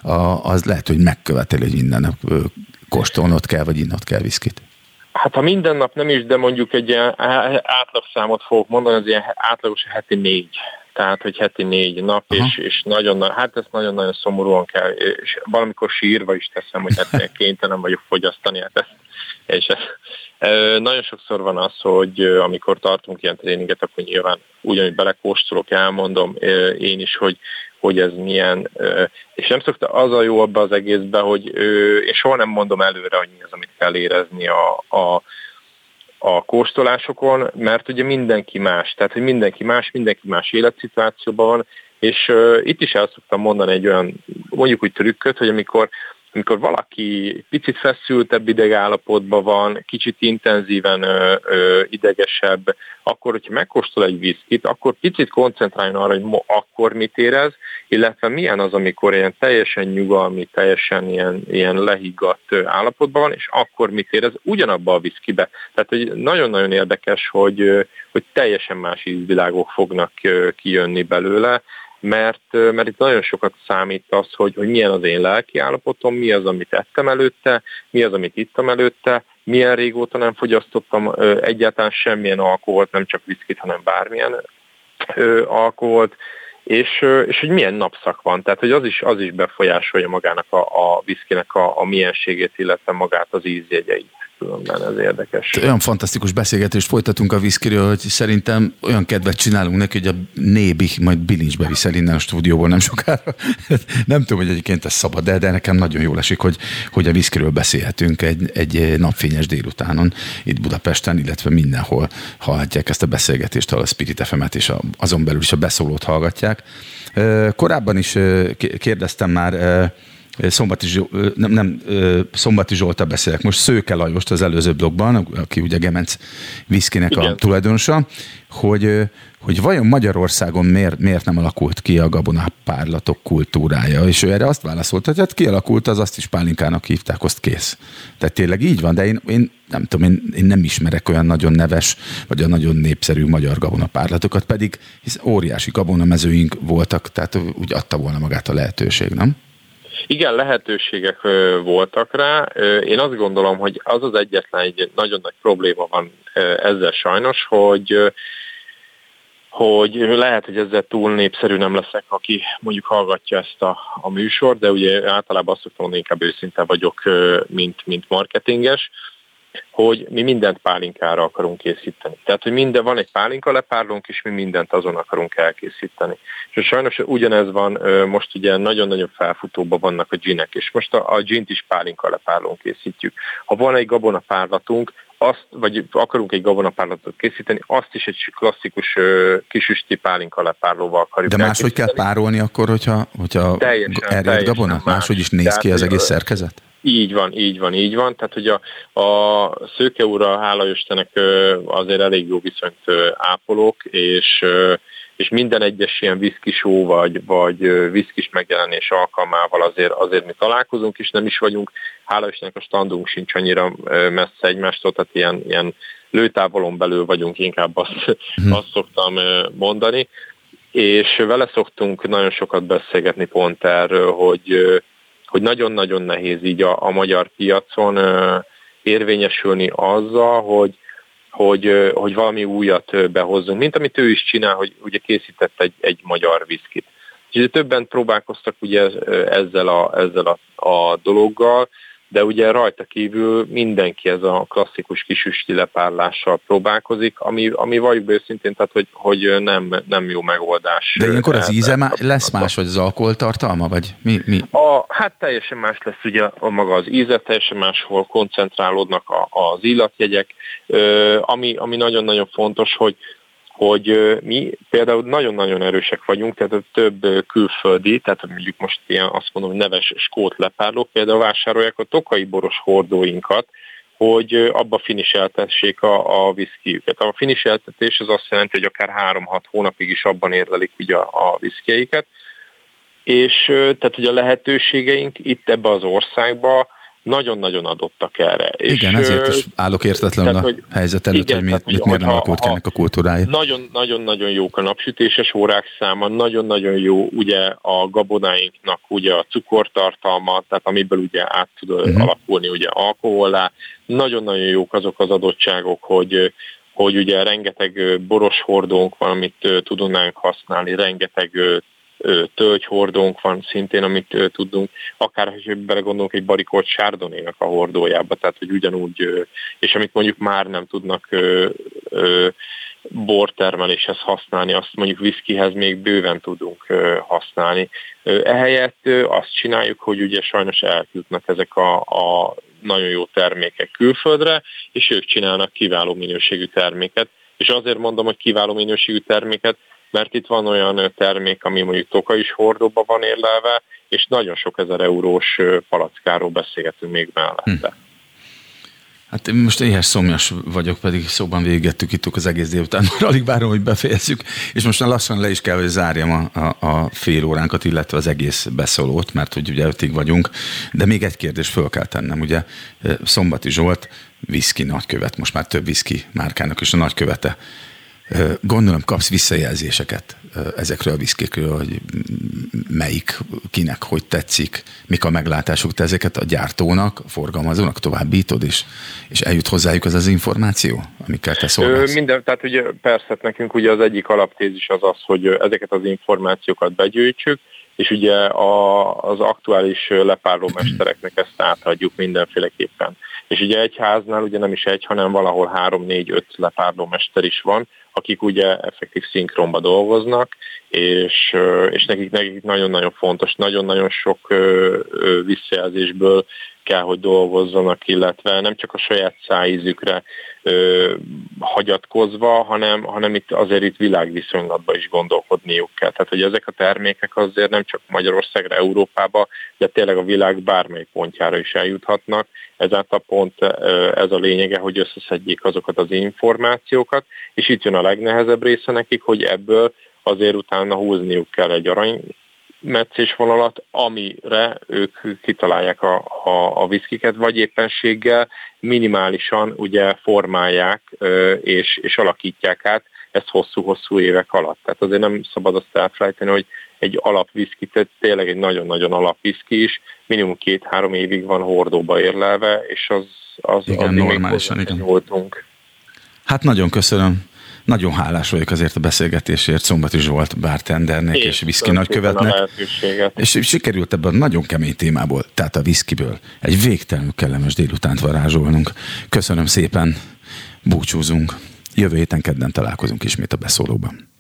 az lehet, hogy megköveteli, hogy minden nap kóstolnod kell, vagy innod kell viszkit. Hát ha minden nap nem is, de mondjuk egy ilyen átlagszámot fogok mondani, az ilyen átlagos heti négy. Tehát, hogy heti négy nap, és, és nagyon, hát ezt nagyon-nagyon szomorúan kell, és valamikor sírva is teszem, hogy hát kénytelen vagyok fogyasztani, hát ezt, és ez, nagyon sokszor van az, hogy amikor tartunk ilyen tréninget, akkor nyilván ugyanúgy belekóstolok, elmondom én is, hogy, hogy ez milyen, és nem szokta az a jó abban az egészben, hogy én soha nem mondom előre, hogy mi az, amit kell érezni a, a a kóstolásokon, mert ugye mindenki más, tehát hogy mindenki más, mindenki más életszituációban van, és uh, itt is el szoktam mondani egy olyan, mondjuk úgy trükköt, hogy amikor, amikor valaki picit feszültebb idegállapotban van, kicsit intenzíven ö, ö, idegesebb, akkor, hogyha megkóstol egy viszkit, akkor picit koncentráljon arra, hogy mo- akkor mit érez, illetve milyen az, amikor ilyen teljesen nyugalmi, teljesen ilyen, ilyen lehiggadt állapotban van, és akkor mit érez ugyanabba a viszkibe. Tehát hogy nagyon-nagyon érdekes, hogy, hogy teljesen más ízvilágok fognak kijönni belőle, mert, mert itt nagyon sokat számít az, hogy, hogy milyen az én lelki állapotom, mi az, amit ettem előtte, mi az, amit ittam előtte, milyen régóta nem fogyasztottam egyáltalán semmilyen alkoholt, nem csak viszkit, hanem bármilyen alkoholt, és, és hogy milyen napszak van. Tehát, hogy az is, az is befolyásolja magának a, a viszkinek a, a mienségét, illetve magát az ízjegyeit. különben, ez érdekes. Olyan fantasztikus beszélgetést folytatunk a viszkiről, hogy szerintem olyan kedvet csinálunk neki, hogy a Nébi majd bilincsbe viszel innen a stúdióból nem sokára. Nem tudom, hogy egyébként ez szabad, de, de nekem nagyon jól esik, hogy, hogy a viszkiről beszélhetünk egy, egy napfényes délutánon itt Budapesten, illetve mindenhol hallhatják ezt a beszélgetést, ahol a Spirit ef emet és a, azon belül is a beszólót hallgatják. Korábban is kérdeztem már, Szombati, nem, nem, Szombati Zsolttal beszélek most, Szőke Lajost az előző blogban, aki ugye Gemenc viszkinek a tulajdonosa, hogy, hogy vajon Magyarországon miért, miért nem alakult ki a gabonapárlatok kultúrája, és ő erre azt válaszolt, hogy hát kialakult, az azt is pálinkának hívták, azt kész. Tehát tényleg így van, de én, én nem tudom, én, én nem ismerek olyan nagyon neves, vagy olyan nagyon népszerű magyar gabonapárlatokat, pedig hisz óriási gabonamezőink voltak, tehát úgy adta volna magát a lehetőség, nem? Igen, lehetőségek voltak rá. Én azt gondolom, hogy az az egyetlen egy nagyon nagy probléma van ezzel sajnos, hogy, hogy lehet, hogy ezzel túl népszerű nem leszek, aki mondjuk hallgatja ezt a, a műsort, de ugye általában azt szoktam mondani, inkább őszinte vagyok, mint, mint marketinges, hogy mi mindent pálinkára akarunk készíteni. Tehát, hogy minden, van egy pálinka lepárlónk, és mi mindent azon akarunk elkészíteni. És sajnos ugyanez van, most ugye nagyon-nagyon felfutóban vannak a ginek, és most a, a gint is pálinka lepárlón készítjük. Ha van egy gabonapárlatunk, azt, vagy akarunk egy gabonapárlatot készíteni, azt is egy klasszikus kisüsti pálinka lepárlóval akarjuk. De máshogy kell párolni akkor, hogyha, hogyha erjed gabona? Máshogy is néz ki az egész szerkezet? Így van, így van, így van. Tehát, hogy a, a Szőke úrral, hála Istennek azért elég jó viszonyt ápolok, és, és minden egyes ilyen viszkisó vagy, vagy viszkis megjelenés alkalmával azért, azért mi találkozunk, és nem is vagyunk, hála Istennek a standunk sincs annyira messze egymástól, tehát ilyen, ilyen lőtávolon belül vagyunk, inkább azt, hmm. azt szoktam mondani. És vele szoktunk nagyon sokat beszélgetni pont erről, hogy hogy nagyon-nagyon nehéz így a, a magyar piacon uh, érvényesülni azzal, hogy, hogy, uh, hogy valami újat uh, behozzunk, mint amit ő is csinál, hogy ugye készített egy, egy magyar viszkit. És többen próbálkoztak ugye ezzel a, ezzel a, a dologgal, de ugye rajta kívül mindenki ez a klasszikus kisüsti lepárlással próbálkozik, ami, ami valljuk be őszintén, tehát hogy, hogy nem, nem jó megoldás. De ilyenkor az íze má, lesz más, vagy az alkoholtartalma, vagy mi? mi? A, hát teljesen más lesz ugye a maga az íze, teljesen máshol koncentrálódnak a, az illatjegyek, ami, ami nagyon-nagyon fontos, hogy hogy mi például nagyon-nagyon erősek vagyunk, tehát több külföldi, tehát mondjuk most ilyen azt mondom, hogy neves skót lepárlók például vásárolják a tokai boros hordóinkat, hogy abba finiseltessék a, a viszkijüket. A finiseltetés az azt jelenti, hogy akár három-hat hónapig is abban érlelik ugye a, a viszkijeiket, és tehát ugye a lehetőségeink itt ebbe az országba nagyon-nagyon adottak erre. Igen, és, ezért is állok értetlenül a helyzet előtt, igen, hogy mit, mit miért nem alakult ki ennek a kultúrája. Nagyon-nagyon jó a napsütéses órák száma, nagyon-nagyon jó ugye a gabonáinknak ugye a cukortartalma, tehát amiből ugye át tud uh-huh. alakulni ugye alkohollá. Nagyon-nagyon jók azok az adottságok, hogy hogy ugye rengeteg boros hordónk van, amit tudnánk használni, rengeteg tölgyhordónk van szintén, amit tudunk, akár, hogy belegondolunk egy barikolt sárdonénak a hordójába, tehát, hogy ugyanúgy, és amit mondjuk már nem tudnak bortermeléshez használni, azt mondjuk viszkihez még bőven tudunk használni. Ehelyett azt csináljuk, hogy ugye sajnos eljutnak ezek a, a nagyon jó termékek külföldre, és ők csinálnak kiváló minőségű terméket, és azért mondom, hogy kiváló minőségű terméket, mert itt van olyan termék, ami mondjuk tokais hordóban van érlelve, és nagyon sok ezer eurós palackáról beszélgetünk még mellette. Hm. Hát én most éhes szomjas vagyok, pedig szóban végigettük itt az egész délután. Alig várom, hogy befejezzük, és most lassan le is kell, hogy zárjam a, a, a fél óránkat, illetve az egész beszólót, mert hogy ugye ötig vagyunk, de még egy kérdés föl kell tennem, ugye Szombati Zsolt viszki nagykövet, most már több viszki márkának is a nagykövete. Gondolom kapsz visszajelzéseket ezekről a viszkikről, hogy melyik, kinek, hogy tetszik, mik a meglátásuk, te ezeket a gyártónak, a forgalmazónak továbbítod, és, és eljut hozzájuk az az információ, amikkel te szólsz? Minden, tehát ugye persze nekünk ugye az egyik alaptézis az az, hogy ezeket az információkat begyűjtsük, és ugye a, az aktuális lepárlómestereknek ezt átadjuk mindenféleképpen. És ugye egy háznál ugye nem is egy, hanem valahol három, négy, öt lepárlómester is van, akik ugye effektív szinkronba dolgoznak, és, és nekik, nekik nagyon-nagyon fontos, nagyon-nagyon sok visszajelzésből kell, hogy dolgozzanak, illetve nem csak a saját szájízükre ö, hagyatkozva, hanem, hanem itt azért itt világviszonylatban is gondolkodniuk kell. Tehát, hogy ezek a termékek azért nem csak Magyarországra, Európába, de tényleg a világ bármely pontjára is eljuthatnak. Ezáltal pont ez a lényege, hogy összeszedjék azokat az információkat, és itt jön a legnehezebb része nekik, hogy ebből azért utána húzniuk kell egy arany meccésvonalat, amire ők kitalálják a, a, a viszkiket, vagy éppenséggel minimálisan ugye formálják és, és alakítják át ezt hosszú-hosszú évek alatt. Tehát azért nem szabad azt elfelejteni, hogy egy alapviszki, tehát tényleg egy nagyon-nagyon alapviszki is, minimum két-három évig van hordóba érlelve, és az, az, igen, az normálisan, igen. Nyúltunk. Hát nagyon köszönöm. Nagyon hálás vagyok azért a beszélgetésért Szombati Zsolt bartendernek és viszki nagykövetnek. És sikerült ebben a nagyon kemény témából, tehát a viszkiből egy végtelenül kellemes délutánt varázsolnunk. Köszönöm szépen, búcsúzunk. Jövő héten kedden találkozunk ismét a Beszólóban.